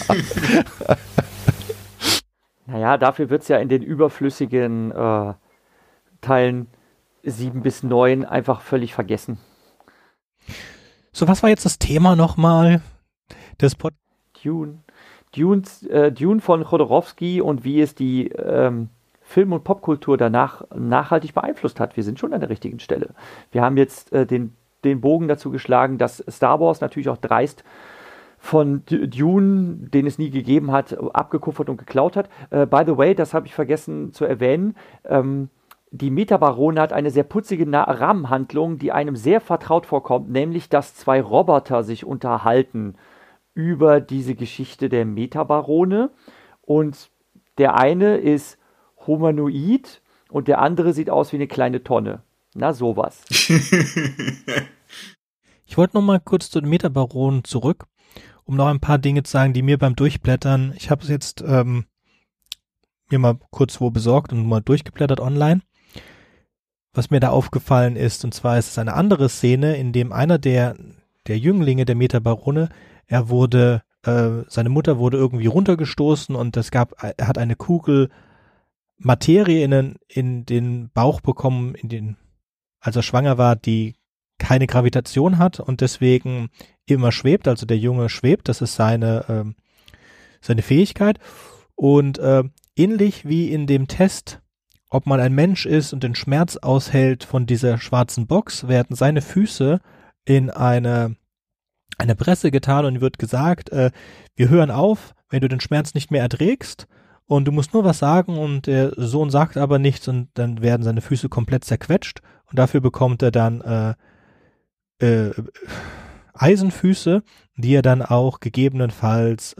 Naja, dafür wird es ja in den überflüssigen Teilen 7 bis 9 einfach völlig vergessen. So, was war jetzt das Thema nochmal? Dune von Jodorowsky und wie es die Film- und Popkultur danach nachhaltig beeinflusst hat. Wir sind schon an der richtigen Stelle. Wir haben jetzt den den Bogen dazu geschlagen, dass Star Wars natürlich auch dreist von Dune, den es nie gegeben hat, abgekupfert und geklaut hat. By the way, das habe ich vergessen zu erwähnen, die Metabarone hat eine sehr putzige Rahmenhandlung, die einem sehr vertraut vorkommt, nämlich, dass zwei Roboter sich unterhalten über diese Geschichte der Metabarone. Und der eine ist humanoid und der andere sieht aus wie eine kleine Tonne. Na, sowas. Ich wollte noch mal kurz zu den Metabaronen zurück, um noch ein paar Dinge zu sagen, die mir beim Durchblättern, ich habe es jetzt mir mal kurz wo besorgt und mal durchgeblättert online, was mir da aufgefallen ist, und zwar ist es eine andere Szene, in dem einer der Jünglinge der Metabarone, seine Mutter wurde irgendwie runtergestoßen und er hat eine Kugel Materie in den Bauch bekommen, als er schwanger war, die keine Gravitation hat und deswegen immer schwebt, also der Junge schwebt, das ist seine Fähigkeit. Und ähnlich wie in dem Test, ob man ein Mensch ist und den Schmerz aushält von dieser schwarzen Box, werden seine Füße in eine Presse getan und wird gesagt, wir hören auf, wenn du den Schmerz nicht mehr erträgst und du musst nur was sagen und der Sohn sagt aber nichts und dann werden seine Füße komplett zerquetscht und dafür bekommt er dann Eisenfüße, die er dann auch gegebenenfalls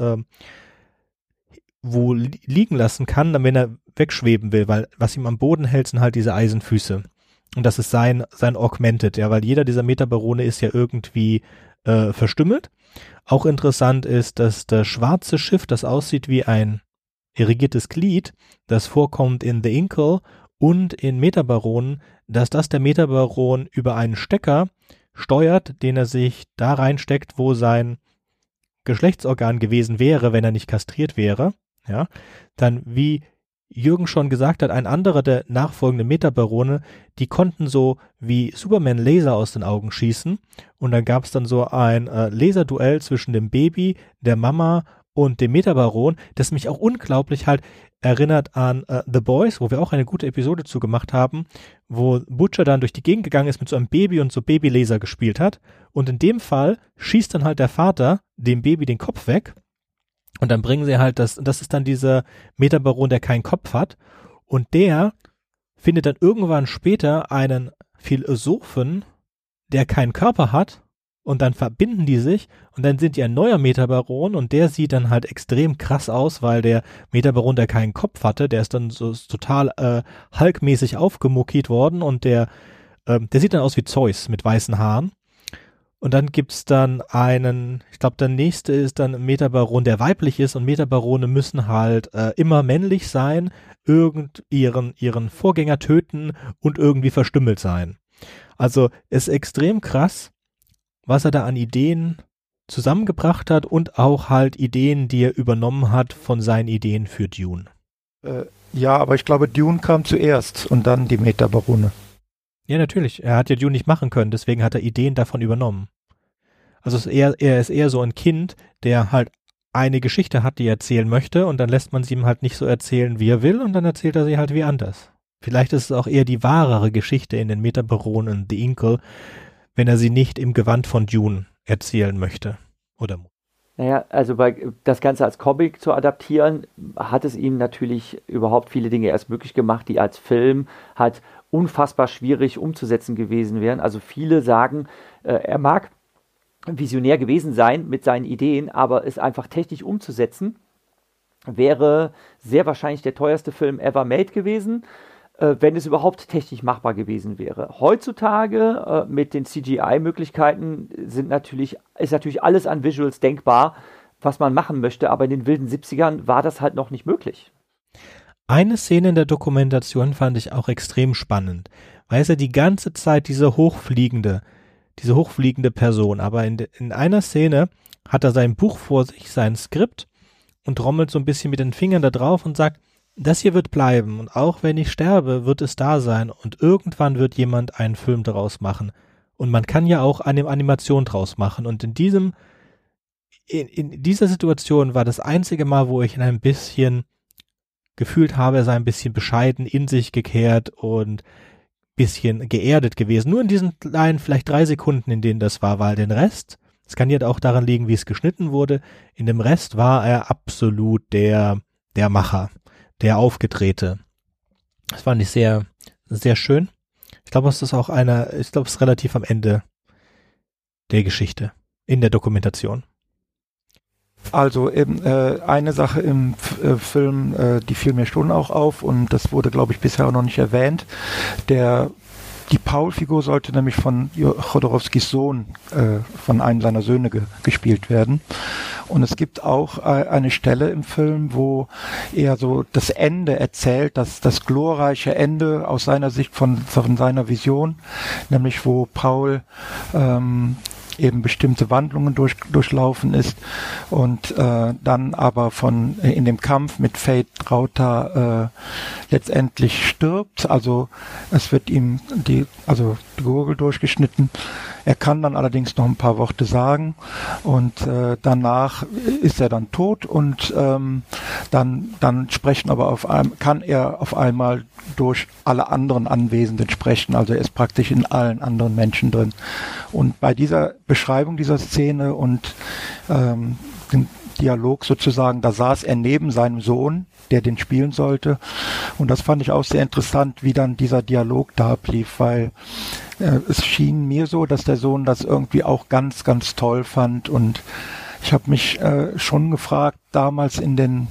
wo liegen lassen kann, wenn er wegschweben will, weil was ihm am Boden hält, sind halt diese Eisenfüße. Und das ist sein Augmented, ja, weil jeder dieser Metabarone ist ja irgendwie verstümmelt. Auch interessant ist, dass das schwarze Schiff, das aussieht wie ein irrigiertes Glied, das vorkommt in The Inkle und in Metabaronen, dass das der Metabaron über einen Stecker steuert, den er sich da reinsteckt, wo sein Geschlechtsorgan gewesen wäre, wenn er nicht kastriert wäre. Ja, dann, wie Jürgen schon gesagt hat, ein anderer der nachfolgenden Metabarone, die konnten so wie Superman Laser aus den Augen schießen und dann gab es dann so ein Laserduell zwischen dem Baby, der Mama und dem Metabaron, das mich auch unglaublich halt erinnert an The Boys, wo wir auch eine gute Episode zu gemacht haben, wo Butcher dann durch die Gegend gegangen ist mit so einem Baby und so Babylaser gespielt hat und in dem Fall schießt dann halt der Vater dem Baby den Kopf weg. Und dann bringen sie halt das ist dann dieser Metabaron, der keinen Kopf hat. Und der findet dann irgendwann später einen Philosophen, der keinen Körper hat. Und dann verbinden die sich. Und dann sind die ein neuer Metabaron. Und der sieht dann halt extrem krass aus, weil der Metabaron, der keinen Kopf hatte, der ist dann so total Hulk-mäßig aufgemuckiert worden. Und der sieht dann aus wie Zeus mit weißen Haaren. Und dann gibt's dann ich glaube, der nächste ist dann ein Metabaron, der weiblich ist und Metabarone müssen halt immer männlich sein, ihren Vorgänger töten und irgendwie verstümmelt sein. Also ist extrem krass, was er da an Ideen zusammengebracht hat und auch halt Ideen, die er übernommen hat von seinen Ideen für Dune. Ja, aber ich glaube, Dune kam zuerst und dann die Metabarone. Ja, natürlich. Er hat ja Dune nicht machen können, deswegen hat er Ideen davon übernommen. Also er ist eher so ein Kind, der halt eine Geschichte hat, die er erzählen möchte und dann lässt man sie ihm halt nicht so erzählen, wie er will und dann erzählt er sie halt wie anders. Vielleicht ist es auch eher die wahrere Geschichte in den Metabaronen The Inkle, wenn er sie nicht im Gewand von Dune erzählen möchte. Oder Naja, also das Ganze als Comic zu adaptieren, hat es ihm natürlich überhaupt viele Dinge erst möglich gemacht, die als Film halt unfassbar schwierig umzusetzen gewesen wären. Also viele sagen, er mag visionär gewesen sein mit seinen Ideen, aber es einfach technisch umzusetzen, wäre sehr wahrscheinlich der teuerste Film ever made gewesen, wenn es überhaupt technisch machbar gewesen wäre. Heutzutage mit den CGI-Möglichkeiten ist natürlich alles an Visuals denkbar, was man machen möchte, aber in den wilden 70ern war das halt noch nicht möglich. Eine Szene in der Dokumentation fand ich auch extrem spannend, weil es ja die ganze Zeit diese hochfliegende Person, aber in einer Szene hat er sein Buch vor sich, sein Skript und trommelt so ein bisschen mit den Fingern da drauf und sagt, das hier wird bleiben und auch wenn ich sterbe, wird es da sein und irgendwann wird jemand einen Film daraus machen und man kann ja auch eine Animation draus machen und in dieser Situation war das einzige Mal, wo ich ihn ein bisschen gefühlt habe, er sei ein bisschen bescheiden, in sich gekehrt und bisschen geerdet gewesen. Nur in diesen kleinen, vielleicht 3 Sekunden, in denen das war, weil den Rest, es kann ja auch daran liegen, wie es geschnitten wurde, in dem Rest war er absolut der Macher, der Aufgedrehte. Das fand ich sehr, sehr schön. Ich glaube, es ist auch es ist relativ am Ende der Geschichte, in der Dokumentation. Also eine Sache im Film, die fiel mir schon auch auf und das wurde, glaube ich, bisher auch noch nicht erwähnt. Die Paul-Figur sollte nämlich von Chodorowskis Sohn, von einem seiner Söhne gespielt werden. Und es gibt auch eine Stelle im Film, wo er so das Ende erzählt, das glorreiche Ende aus seiner Sicht von seiner Vision, nämlich wo Paul eben bestimmte Wandlungen durchlaufen ist und dann aber in dem Kampf mit Fate Rauta letztendlich stirbt. Also es wird ihm die Gurgel durchgeschnitten. Er kann dann allerdings noch ein paar Worte sagen und danach ist er dann tot und dann sprechen aber kann er auf einmal durch alle anderen Anwesenden sprechen. Also er ist praktisch in allen anderen Menschen drin. Und bei dieser Beschreibung dieser Szene und dem Dialog sozusagen, da saß er neben seinem Sohn, der den spielen sollte. Und das fand ich auch sehr interessant, wie dann dieser Dialog da ablief, weil es schien mir so, dass der Sohn das irgendwie auch ganz, ganz toll fand. Und ich habe mich schon gefragt, damals in den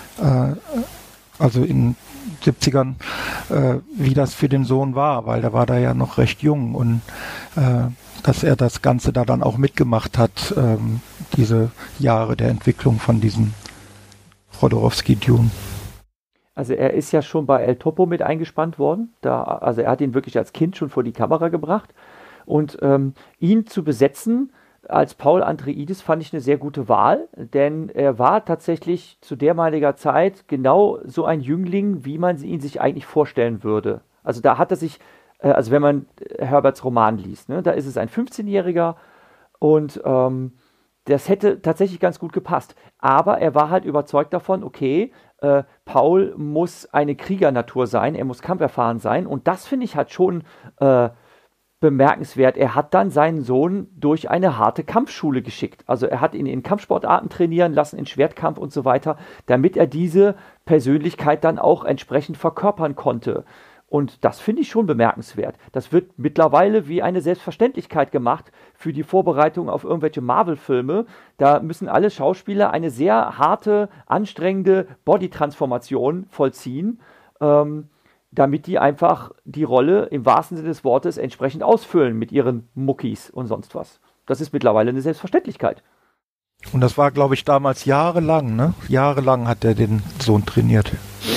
70ern, wie das für den Sohn war, weil der war da ja noch recht jung und dass er das Ganze da dann auch mitgemacht hat, diese Jahre der Entwicklung von diesem Chodorowski-Dune. Also er ist ja schon bei El Topo mit eingespannt worden. Also er hat ihn wirklich als Kind schon vor die Kamera gebracht. Und ihn zu besetzen als Paul Atreides fand ich eine sehr gute Wahl, denn er war tatsächlich zu dermaliger Zeit genau so ein Jüngling, wie man ihn sich eigentlich vorstellen würde. Also da hat er sich, also wenn man Herberts Roman liest, ne, da ist es ein 15-Jähriger und das hätte tatsächlich ganz gut gepasst. Aber er war halt überzeugt davon, okay, Paul muss eine Kriegernatur sein, er muss kampferfahren sein und das finde ich halt schon bemerkenswert. Er hat dann seinen Sohn durch eine harte Kampfschule geschickt. Also er hat ihn in Kampfsportarten trainieren lassen, in Schwertkampf und so weiter, damit er diese Persönlichkeit dann auch entsprechend verkörpern konnte. Und das finde ich schon bemerkenswert. Das wird mittlerweile wie eine Selbstverständlichkeit gemacht für die Vorbereitung auf irgendwelche Marvel-Filme. Da müssen alle Schauspieler eine sehr harte, anstrengende Body-Transformation vollziehen, damit die einfach die Rolle im wahrsten Sinne des Wortes entsprechend ausfüllen mit ihren Muckis und sonst was. Das ist mittlerweile eine Selbstverständlichkeit. Und das war, glaube ich, damals jahrelang, ne? Jahrelang hat er den Sohn trainiert.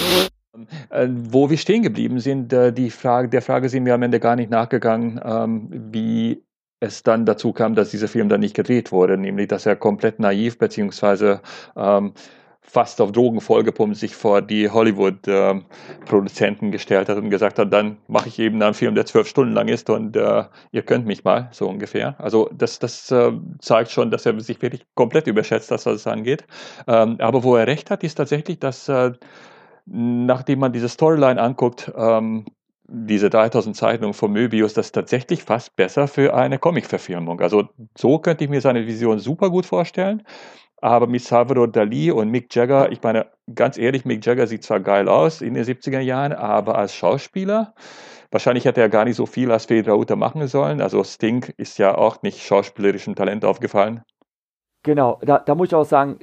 Wo wir stehen geblieben sind, der Frage sind wir am Ende gar nicht nachgegangen, wie es dann dazu kam, dass dieser Film dann nicht gedreht wurde, nämlich dass er komplett naiv beziehungsweise fast auf Drogen vollgepumpt sich vor die Hollywood-Produzenten gestellt hat und gesagt hat, dann mache ich eben einen Film, der 12 Stunden lang ist und ihr könnt mich mal, so ungefähr. Also das zeigt schon, dass er sich wirklich komplett überschätzt hat, was es angeht. Aber wo er recht hat, ist tatsächlich, dass nachdem man diese Storyline anguckt, diese 3000 Zeichnungen von Möbius, das ist tatsächlich fast besser für eine Comic-Verfilmung. Also so könnte ich mir seine Vision super gut vorstellen. Aber mit Salvador Dali und Mick Jagger, ich meine, ganz ehrlich, Mick Jagger sieht zwar geil aus in den 70er Jahren, aber als Schauspieler, wahrscheinlich hätte er gar nicht so viel als Fate Rauta machen sollen. Also Sting ist ja auch nicht schauspielerischem Talent aufgefallen. Genau, da muss ich auch sagen,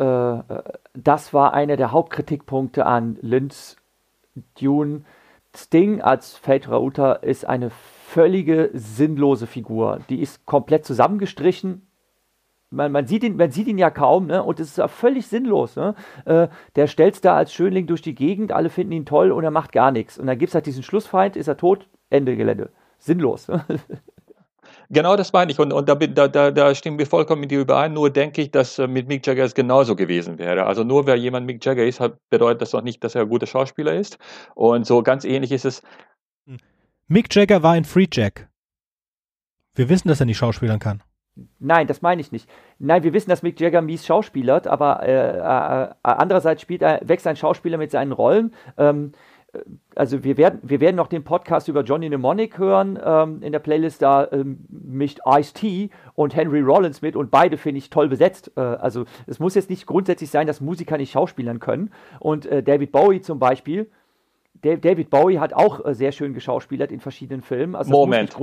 das war einer der Hauptkritikpunkte an Lynchs Dune. Sting als Fate Rauta ist eine völlige sinnlose Figur. Die ist komplett zusammengestrichen. Man sieht ihn ja kaum, ne? Und es ist ja völlig sinnlos. Ne? Der stelzt da als Schönling durch die Gegend, alle finden ihn toll und er macht gar nichts. Und dann gibt es halt diesen Schlussfeind, ist er tot, Ende Gelände. Sinnlos. Ne? Genau das meine ich und da stimmen wir vollkommen mit dir überein, nur denke ich, dass mit Mick Jagger es genauso gewesen wäre. Also nur weil jemand Mick Jagger ist, bedeutet das noch nicht, dass er ein guter Schauspieler ist und so ganz ähnlich ist es. Mick Jagger war ein Free Jack. Wir wissen, dass er nicht schauspielern kann. Nein, das meine ich nicht. Nein, wir wissen, dass Mick Jagger mies schauspielert, aber andererseits wächst ein Schauspieler mit seinen Rollen. also wir werden noch den Podcast über Johnny Mnemonic hören. In der Playlist da mischt Ice-T und Henry Rollins mit und beide finde ich toll besetzt. Also es muss jetzt nicht grundsätzlich sein, dass Musiker nicht schauspielern können. Und David Bowie zum Beispiel, David Bowie hat auch sehr schön geschauspielert in verschiedenen Filmen. Also Moment.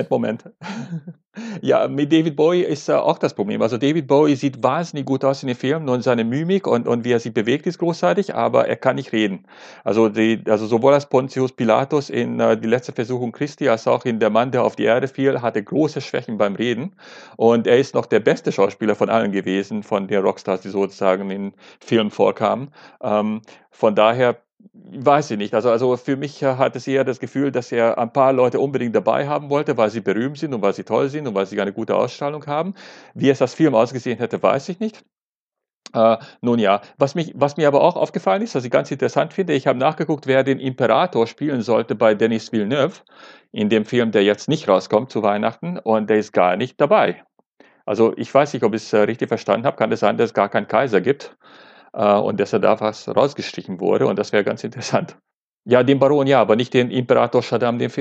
Ja, mit David Bowie ist auch das Problem. Also David Bowie sieht wahnsinnig gut aus in den Filmen und seine Mimik und wie er sich bewegt ist großartig, aber er kann nicht reden. Also sowohl als Pontius Pilatus in Die letzte Versuchung Christi als auch in Der Mann, der auf die Erde fiel, hatte große Schwächen beim Reden. Und er ist noch der beste Schauspieler von allen gewesen, von den Rockstars, die sozusagen in Filmen vorkamen. Von daher weiß ich nicht. Also für mich hat es eher das Gefühl, dass er ein paar Leute unbedingt dabei haben wollte, weil sie berühmt sind und weil sie toll sind und weil sie eine gute Ausstrahlung haben. Wie es das Film ausgesehen hätte, weiß ich nicht. Nun ja, was mir aber auch aufgefallen ist, was ich ganz interessant finde, ich habe nachgeguckt, wer den Imperator spielen sollte bei Denis Villeneuve, in dem Film, der jetzt nicht rauskommt zu Weihnachten, und der ist gar nicht dabei. Also ich weiß nicht, ob ich es richtig verstanden habe, kann es sein, dass es gar keinen Kaiser gibt. Und dass er da was rausgestrichen wurde, und das wäre ganz interessant. Ja, den Baron ja, aber nicht den Imperator Shaddam IV.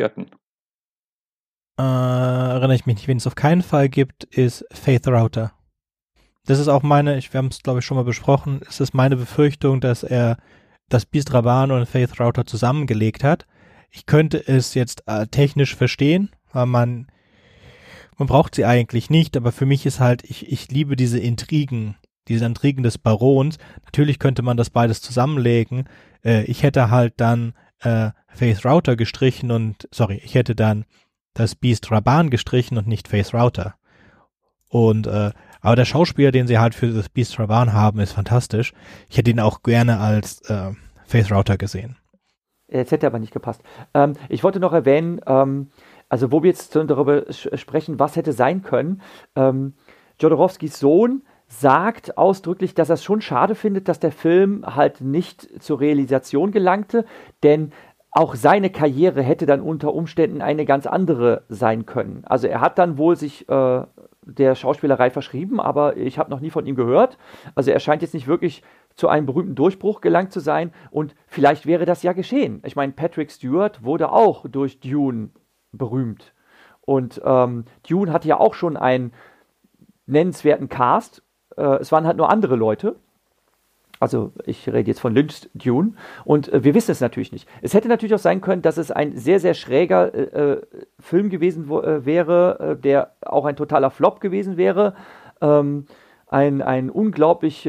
Erinnere ich mich nicht, wen es auf keinen Fall gibt, ist Faith Router. Das ist auch wir haben es glaube ich schon mal besprochen, es ist meine Befürchtung, dass er das Beast Raban und Faith Router zusammengelegt hat. Ich könnte es jetzt technisch verstehen, weil man braucht sie eigentlich nicht, aber für mich ist halt, ich liebe diese Intrigen des Barons. Natürlich könnte man das beides zusammenlegen. Ich hätte halt dann Faith Router gestrichen ich hätte dann das Beast Raban gestrichen und nicht Faith Router. Und aber der Schauspieler, den sie halt für das Beast Raban haben, ist fantastisch. Ich hätte ihn auch gerne als Faith Router gesehen. Jetzt hätte aber nicht gepasst. Ich wollte noch erwähnen, also wo wir jetzt darüber sprechen, was hätte sein können. Jodorowskis Sohn sagt ausdrücklich, dass er es schon schade findet, dass der Film halt nicht zur Realisation gelangte, denn auch seine Karriere hätte dann unter Umständen eine ganz andere sein können. Also er hat dann wohl sich der Schauspielerei verschrieben, aber ich habe noch nie von ihm gehört. Also er scheint jetzt nicht wirklich zu einem berühmten Durchbruch gelangt zu sein, und vielleicht wäre das ja geschehen. Ich meine, Patrick Stewart wurde auch durch Dune berühmt, und Dune hatte ja auch schon einen nennenswerten Cast. Es waren halt nur andere Leute. Also ich rede jetzt von Lynch's Dune, und wir wissen es natürlich nicht. Es hätte natürlich auch sein können, dass es ein sehr, sehr schräger Film gewesen wäre, der auch ein totaler Flop gewesen wäre. Ein unglaublich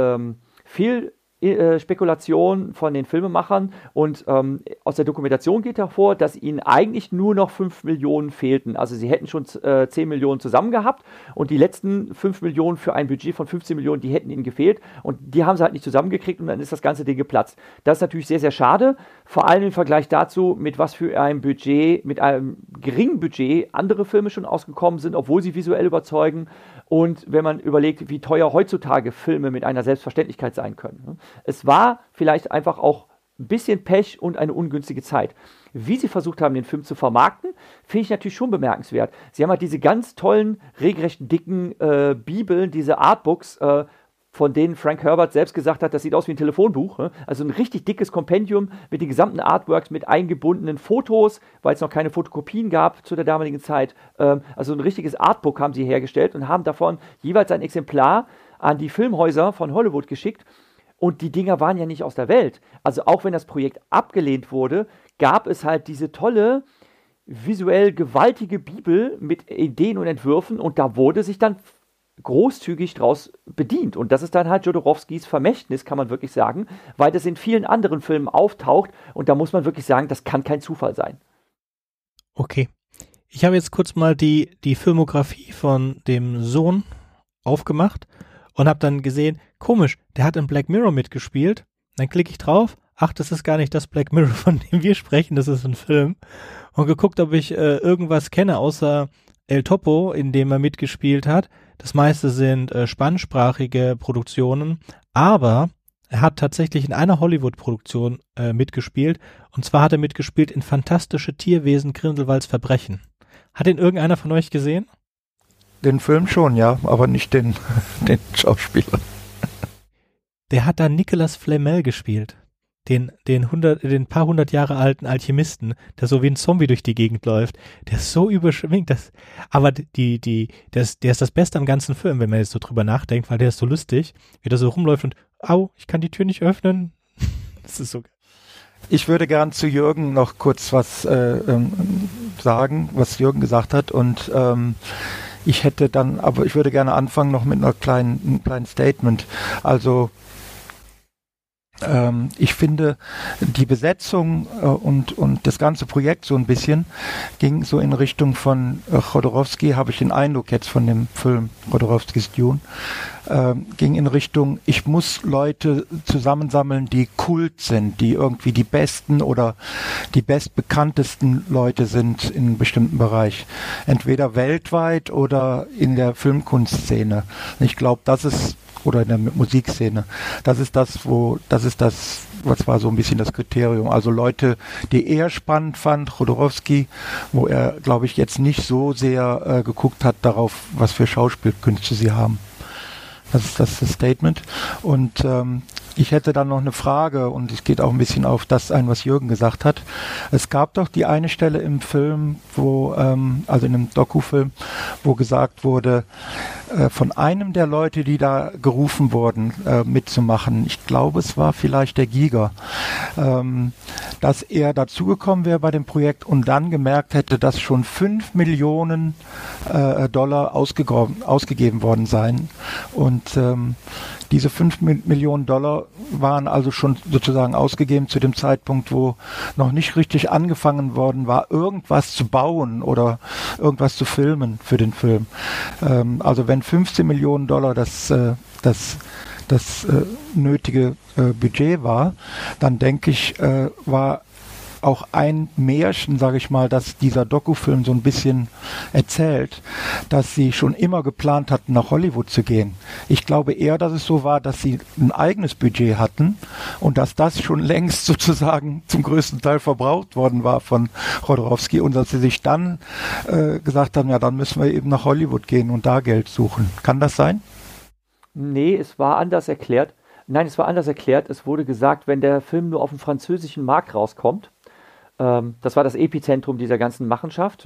Fehlspekulation von den Filmemachern, und aus der Dokumentation geht hervor, dass ihnen eigentlich nur noch 5 Millionen fehlten. Also sie hätten schon 10 Millionen zusammen gehabt, und die letzten 5 Millionen für ein Budget von 15 Millionen, die hätten ihnen gefehlt, und die haben sie halt nicht zusammengekriegt, und dann ist das ganze Ding geplatzt. Das ist natürlich sehr, sehr schade, vor allem im Vergleich dazu, mit was für einem Budget, mit einem geringen Budget andere Filme schon ausgekommen sind, obwohl sie visuell überzeugen, und wenn man überlegt, wie teuer heutzutage Filme mit einer Selbstverständlichkeit sein können. Es war vielleicht einfach auch ein bisschen Pech und eine ungünstige Zeit. Wie sie versucht haben, den Film zu vermarkten, finde ich natürlich schon bemerkenswert. Sie haben halt diese ganz tollen, regelrechten, dicken Bibeln, diese Artbooks, von denen Frank Herbert selbst gesagt hat, das sieht aus wie ein Telefonbuch. Also ein richtig dickes Kompendium mit den gesamten Artworks, mit eingebundenen Fotos, weil es noch keine Fotokopien gab zu der damaligen Zeit. Also ein richtiges Artbook haben sie hergestellt und haben davon jeweils ein Exemplar an die Filmhäuser von Hollywood geschickt. Und die Dinger waren ja nicht aus der Welt. Also auch wenn das Projekt abgelehnt wurde, gab es halt diese tolle, visuell gewaltige Bibel mit Ideen und Entwürfen, und da wurde sich dann großzügig draus bedient. Und das ist dann halt Jodorowskis Vermächtnis, kann man wirklich sagen, weil das in vielen anderen Filmen auftaucht, und da muss man wirklich sagen, das kann kein Zufall sein. Okay. Ich habe jetzt kurz mal die Filmografie von dem Sohn aufgemacht und habe dann gesehen, komisch, der hat in Black Mirror mitgespielt. Dann klicke ich drauf, ach, das ist gar nicht das Black Mirror, von dem wir sprechen, das ist ein Film. Und geguckt, ob ich irgendwas kenne, außer El Topo, in dem er mitgespielt hat. Das meiste sind spansprachige Produktionen, aber er hat tatsächlich in einer Hollywood-Produktion mitgespielt, und zwar hat er mitgespielt in Fantastische Tierwesen Grindelwalds Verbrechen. Hat ihn irgendeiner von euch gesehen? Den Film schon, ja, aber nicht den Schauspieler. Der hat da Nicolas Flamel gespielt. den paar hundert Jahre alten Alchemisten, der so wie ein Zombie durch die Gegend läuft, der ist so überschwingt, aber der ist das Beste am ganzen Film, wenn man jetzt so drüber nachdenkt, weil der ist so lustig, wie der so rumläuft und, au, ich kann die Tür nicht öffnen. Das ist so geil. Ich würde gern zu Jürgen noch kurz was sagen, was Jürgen gesagt hat, und ich würde gerne anfangen noch mit einem kleinen Statement. Also ich finde, die Besetzung und das ganze Projekt so ein bisschen ging so in Richtung von Jodorowsky, habe ich den Eindruck jetzt von dem Film Jodorowskys Dune, ging in Richtung, ich muss Leute zusammensammeln, die Kult sind, die irgendwie die besten oder die bestbekanntesten Leute sind in einem bestimmten Bereich. Entweder weltweit oder in der Filmkunstszene. Ich glaube, das ist oder in der Musikszene. Das ist das, was war so ein bisschen das Kriterium. Also Leute, die er spannend fand, Jodorowsky, wo er, glaube ich, jetzt nicht so sehr geguckt hat darauf, was für Schauspielkünste sie haben. Das ist das Statement. Und ich hätte dann noch eine Frage, und es geht auch ein bisschen auf das ein, was Jürgen gesagt hat. Es gab doch die eine Stelle im Film, also in einem Dokufilm, wo gesagt wurde, von einem der Leute, die da gerufen wurden, mitzumachen, ich glaube, es war vielleicht der Giger, dass er dazugekommen wäre bei dem Projekt und dann gemerkt hätte, dass schon 5 Millionen Dollar ausgegeben worden seien. Und diese 5 Millionen Dollar waren also schon sozusagen ausgegeben zu dem Zeitpunkt, wo noch nicht richtig angefangen worden war, irgendwas zu bauen oder irgendwas zu filmen für den Film. Also wenn 15 Millionen Dollar das nötige Budget war, dann denke ich, war auch ein Märchen, sage ich mal, dass dieser Dokufilm so ein bisschen erzählt, dass sie schon immer geplant hatten, nach Hollywood zu gehen. Ich glaube eher, dass es so war, dass sie ein eigenes Budget hatten und dass das schon längst sozusagen zum größten Teil verbraucht worden war von Jodorowsky und dass sie sich dann gesagt haben, ja, dann müssen wir eben nach Hollywood gehen und da Geld suchen. Kann das sein? Nee, es war anders erklärt. Nein, es war anders erklärt. Es wurde gesagt, wenn der Film nur auf dem französischen Markt rauskommt, das war das Epizentrum dieser ganzen Machenschaft,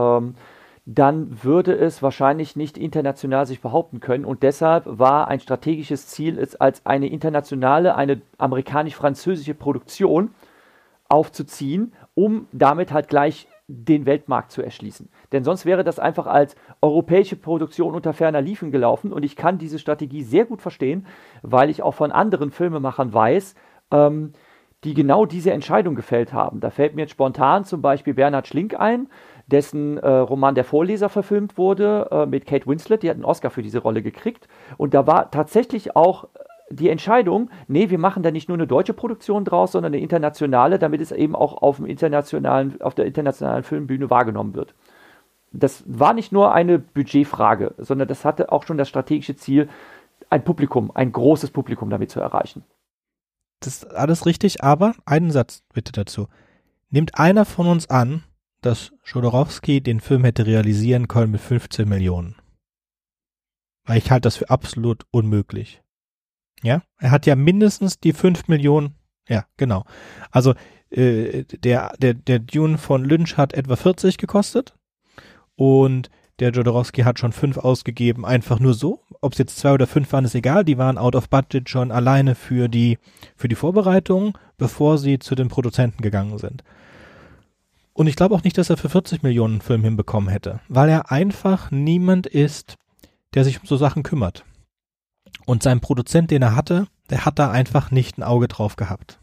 dann würde es wahrscheinlich nicht international sich behaupten können und deshalb war ein strategisches Ziel, es als eine internationale, eine amerikanisch-französische Produktion aufzuziehen, um damit halt gleich den Weltmarkt zu erschließen. Denn sonst wäre das einfach als europäische Produktion unter ferner Liefen gelaufen und ich kann diese Strategie sehr gut verstehen, weil ich auch von anderen Filmemachern weiß, die genau diese Entscheidung gefällt haben. Da fällt mir jetzt spontan zum Beispiel Bernhard Schlink ein, dessen Roman Der Vorleser verfilmt wurde mit Kate Winslet, die hat einen Oscar für diese Rolle gekriegt und da war tatsächlich auch die Entscheidung, nee, wir machen da nicht nur eine deutsche Produktion draus, sondern eine internationale, damit es eben auch auf der internationalen Filmbühne wahrgenommen wird. Das war nicht nur eine Budgetfrage, sondern das hatte auch schon das strategische Ziel, ein großes Publikum damit zu erreichen. Das ist alles richtig, aber einen Satz bitte dazu. Nimmt einer von uns an, dass Jodorowsky den Film hätte realisieren können mit 15 Millionen? Weil ich halte das für absolut unmöglich. Ja, er hat ja mindestens die 5 Millionen, ja, genau. Also der Dune von Lynch hat etwa 40 gekostet und der Jodorowsky hat schon 5 ausgegeben, einfach nur so. Ob es jetzt 2 oder 5 waren, ist egal. Die waren out of budget schon alleine für die Vorbereitung, bevor sie zu den Produzenten gegangen sind. Und ich glaube auch nicht, dass er für 40 Millionen einen Film hinbekommen hätte, weil er einfach niemand ist, der sich um so Sachen kümmert. Und sein Produzent, den er hatte, der hat da einfach nicht ein Auge drauf gehabt.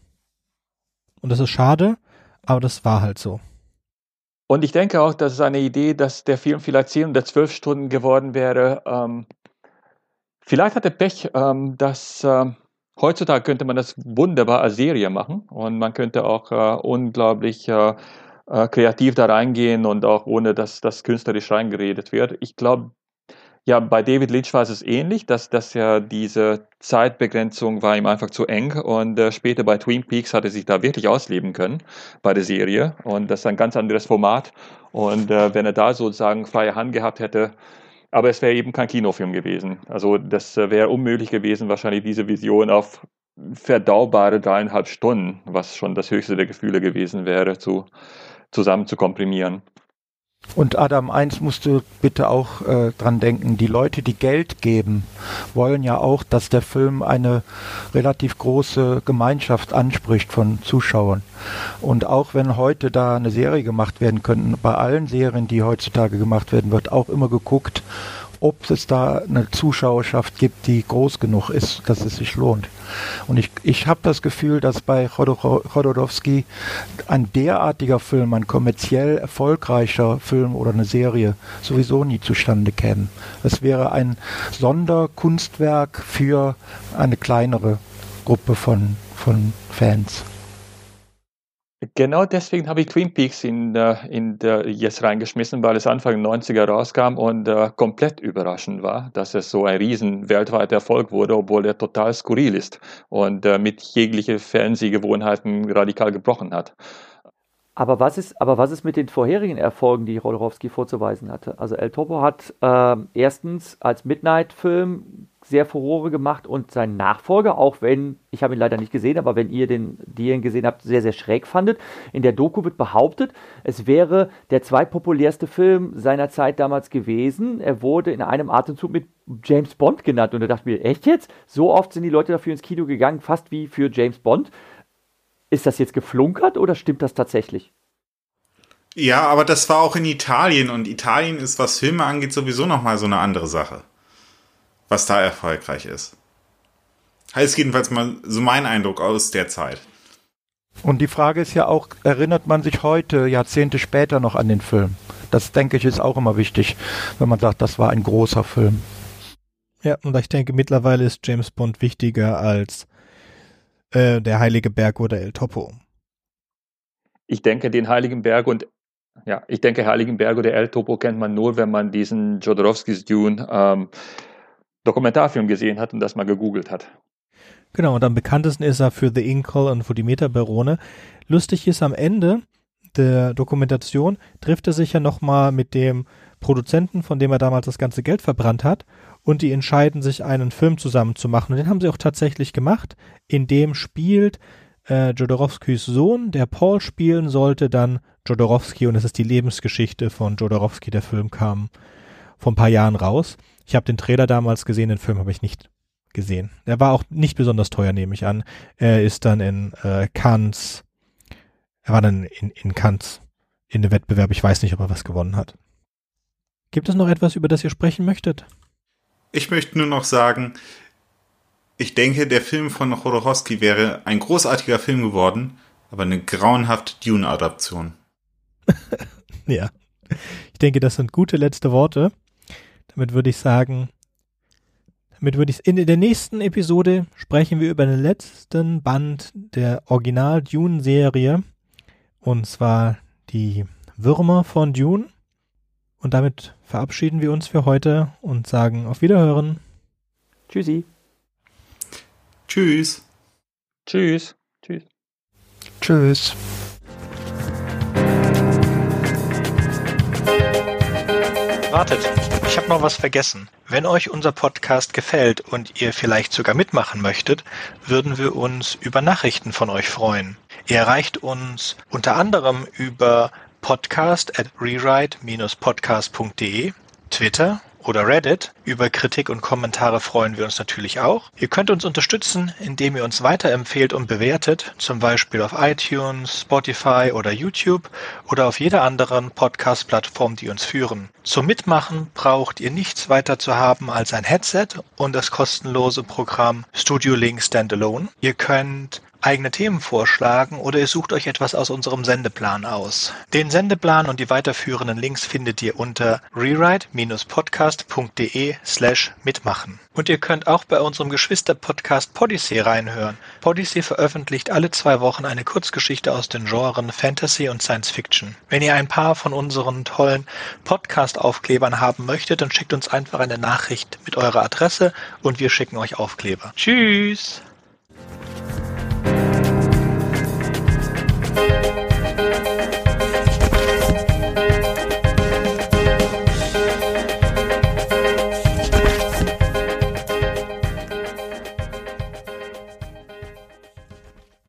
Und das ist schade, aber das war halt so. Und ich denke auch, das ist eine Idee, dass der Film vielleicht 10 oder 12 Stunden geworden wäre. Vielleicht hat er Pech, dass heutzutage könnte man das wunderbar als Serie machen und man könnte auch unglaublich kreativ da reingehen und auch ohne, dass das künstlerisch reingeredet wird. Ich glaube, ja, bei David Lynch war es ähnlich, dass ja diese Zeitbegrenzung war ihm einfach zu eng und später bei Twin Peaks hat er sich da wirklich ausleben können bei der Serie und das ist ein ganz anderes Format und wenn er da sozusagen freie Hand gehabt hätte, aber es wäre eben kein Kinofilm gewesen. Also das wäre unmöglich gewesen, wahrscheinlich diese Vision auf verdaubare 3,5 Stunden, was schon das höchste der Gefühle gewesen wäre, zusammen zu komprimieren. Und Adam, eins musst du bitte auch dran denken, die Leute, die Geld geben, wollen ja auch, dass der Film eine relativ große Gemeinschaft anspricht von Zuschauern. Und auch wenn heute da eine Serie gemacht werden könnte, bei allen Serien, die heutzutage gemacht werden, wird auch immer geguckt, ob es da eine Zuschauerschaft gibt, die groß genug ist, dass es sich lohnt. Und ich habe das Gefühl, dass bei Chodorowski ein derartiger Film, ein kommerziell erfolgreicher Film oder eine Serie sowieso nie zustande käme. Es wäre ein Sonderkunstwerk für eine kleinere Gruppe von Fans. Genau deswegen habe ich Twin Peaks jetzt reingeschmissen, weil es Anfang der 90er rauskam und komplett überraschend war, dass es so ein riesen weltweiter Erfolg wurde, obwohl er total skurril ist und mit jegliche Fernsehgewohnheiten radikal gebrochen hat. Aber was ist mit den vorherigen Erfolgen, die Jodorowsky vorzuweisen hatte? Also El Topo hat erstens als Midnight-Film sehr Furore gemacht und sein Nachfolger, auch wenn, ich habe ihn leider nicht gesehen, aber wenn ihr ihn gesehen habt, sehr, sehr schräg fandet. In der Doku wird behauptet, es wäre der zweitpopulärste Film seiner Zeit damals gewesen. Er wurde in einem Atemzug mit James Bond genannt und da dachte ich mir, echt jetzt? So oft sind die Leute dafür ins Kino gegangen, fast wie für James Bond. Ist das jetzt geflunkert oder stimmt das tatsächlich? Ja, aber das war auch in Italien und Italien ist, was Filme angeht, sowieso nochmal so eine andere Sache, was da erfolgreich ist. Heißt jedenfalls mal so mein Eindruck aus der Zeit. Und die Frage ist ja auch, erinnert man sich heute, Jahrzehnte später noch an den Film? Das, denke ich, ist auch immer wichtig, wenn man sagt, das war ein großer Film. Ja, und ich denke, mittlerweile ist James Bond wichtiger als der Heilige Berg oder El Topo. Ich denke, Heiligen Berg oder El Topo kennt man nur, wenn man diesen Jodorowskys Dune Dokumentarfilm gesehen hat und das mal gegoogelt hat. Genau, und am bekanntesten ist er für The Incal und für die Metabarone. Lustig ist, am Ende der Dokumentation trifft er sich ja nochmal mit dem Produzenten, von dem er damals das ganze Geld verbrannt hat, und die entscheiden sich, einen Film zusammen zu machen. Und den haben sie auch tatsächlich gemacht. In dem spielt Jodorowskys Sohn, der Paul spielen sollte, dann Jodorowsky, und es ist die Lebensgeschichte von Jodorowsky. Der Film kam vor ein paar Jahren raus. Ich habe den Trailer damals gesehen, den Film habe ich nicht gesehen. Der war auch nicht besonders teuer, nehme ich an. Er ist dann in Cannes, er war dann in Cannes in dem Wettbewerb. Ich weiß nicht, ob er was gewonnen hat. Gibt es noch etwas, über das ihr sprechen möchtet? Ich möchte nur noch sagen, ich denke, der Film von Jodorowsky wäre ein großartiger Film geworden, aber eine grauenhafte Dune-Adaption. Ja, ich denke, das sind gute letzte Worte. Damit würde ich sagen, in der nächsten Episode sprechen wir über den letzten Band der Original-Dune-Serie, und zwar die Würmer von Dune. Und damit verabschieden wir uns für heute und sagen auf Wiederhören. Tschüssi. Tschüss. Tschüss. Tschüss. Tschüss. Wartet, ich habe noch was vergessen. Wenn euch unser Podcast gefällt und ihr vielleicht sogar mitmachen möchtet, würden wir uns über Nachrichten von euch freuen. Ihr erreicht uns unter anderem über podcast@rewrite-podcast.de, Twitter oder Reddit. Über Kritik und Kommentare freuen wir uns natürlich auch. Ihr könnt uns unterstützen, indem ihr uns weiterempfehlt und bewertet, zum Beispiel auf iTunes, Spotify oder YouTube oder auf jeder anderen Podcast-Plattform, die uns führen. Zum Mitmachen braucht ihr nichts weiter zu haben als ein Headset und das kostenlose Programm Studio Link Standalone. Ihr könnt eigene Themen vorschlagen oder ihr sucht euch etwas aus unserem Sendeplan aus. Den Sendeplan und die weiterführenden Links findet ihr unter rewrite-podcast.de/mitmachen. Und ihr könnt auch bei unserem Geschwister-Podcast Podyssey reinhören. Podyssey veröffentlicht alle 2 Wochen eine Kurzgeschichte aus den Genren Fantasy und Science Fiction. Wenn ihr ein paar von unseren tollen Podcast-Aufklebern haben möchtet, dann schickt uns einfach eine Nachricht mit eurer Adresse und wir schicken euch Aufkleber. Tschüss!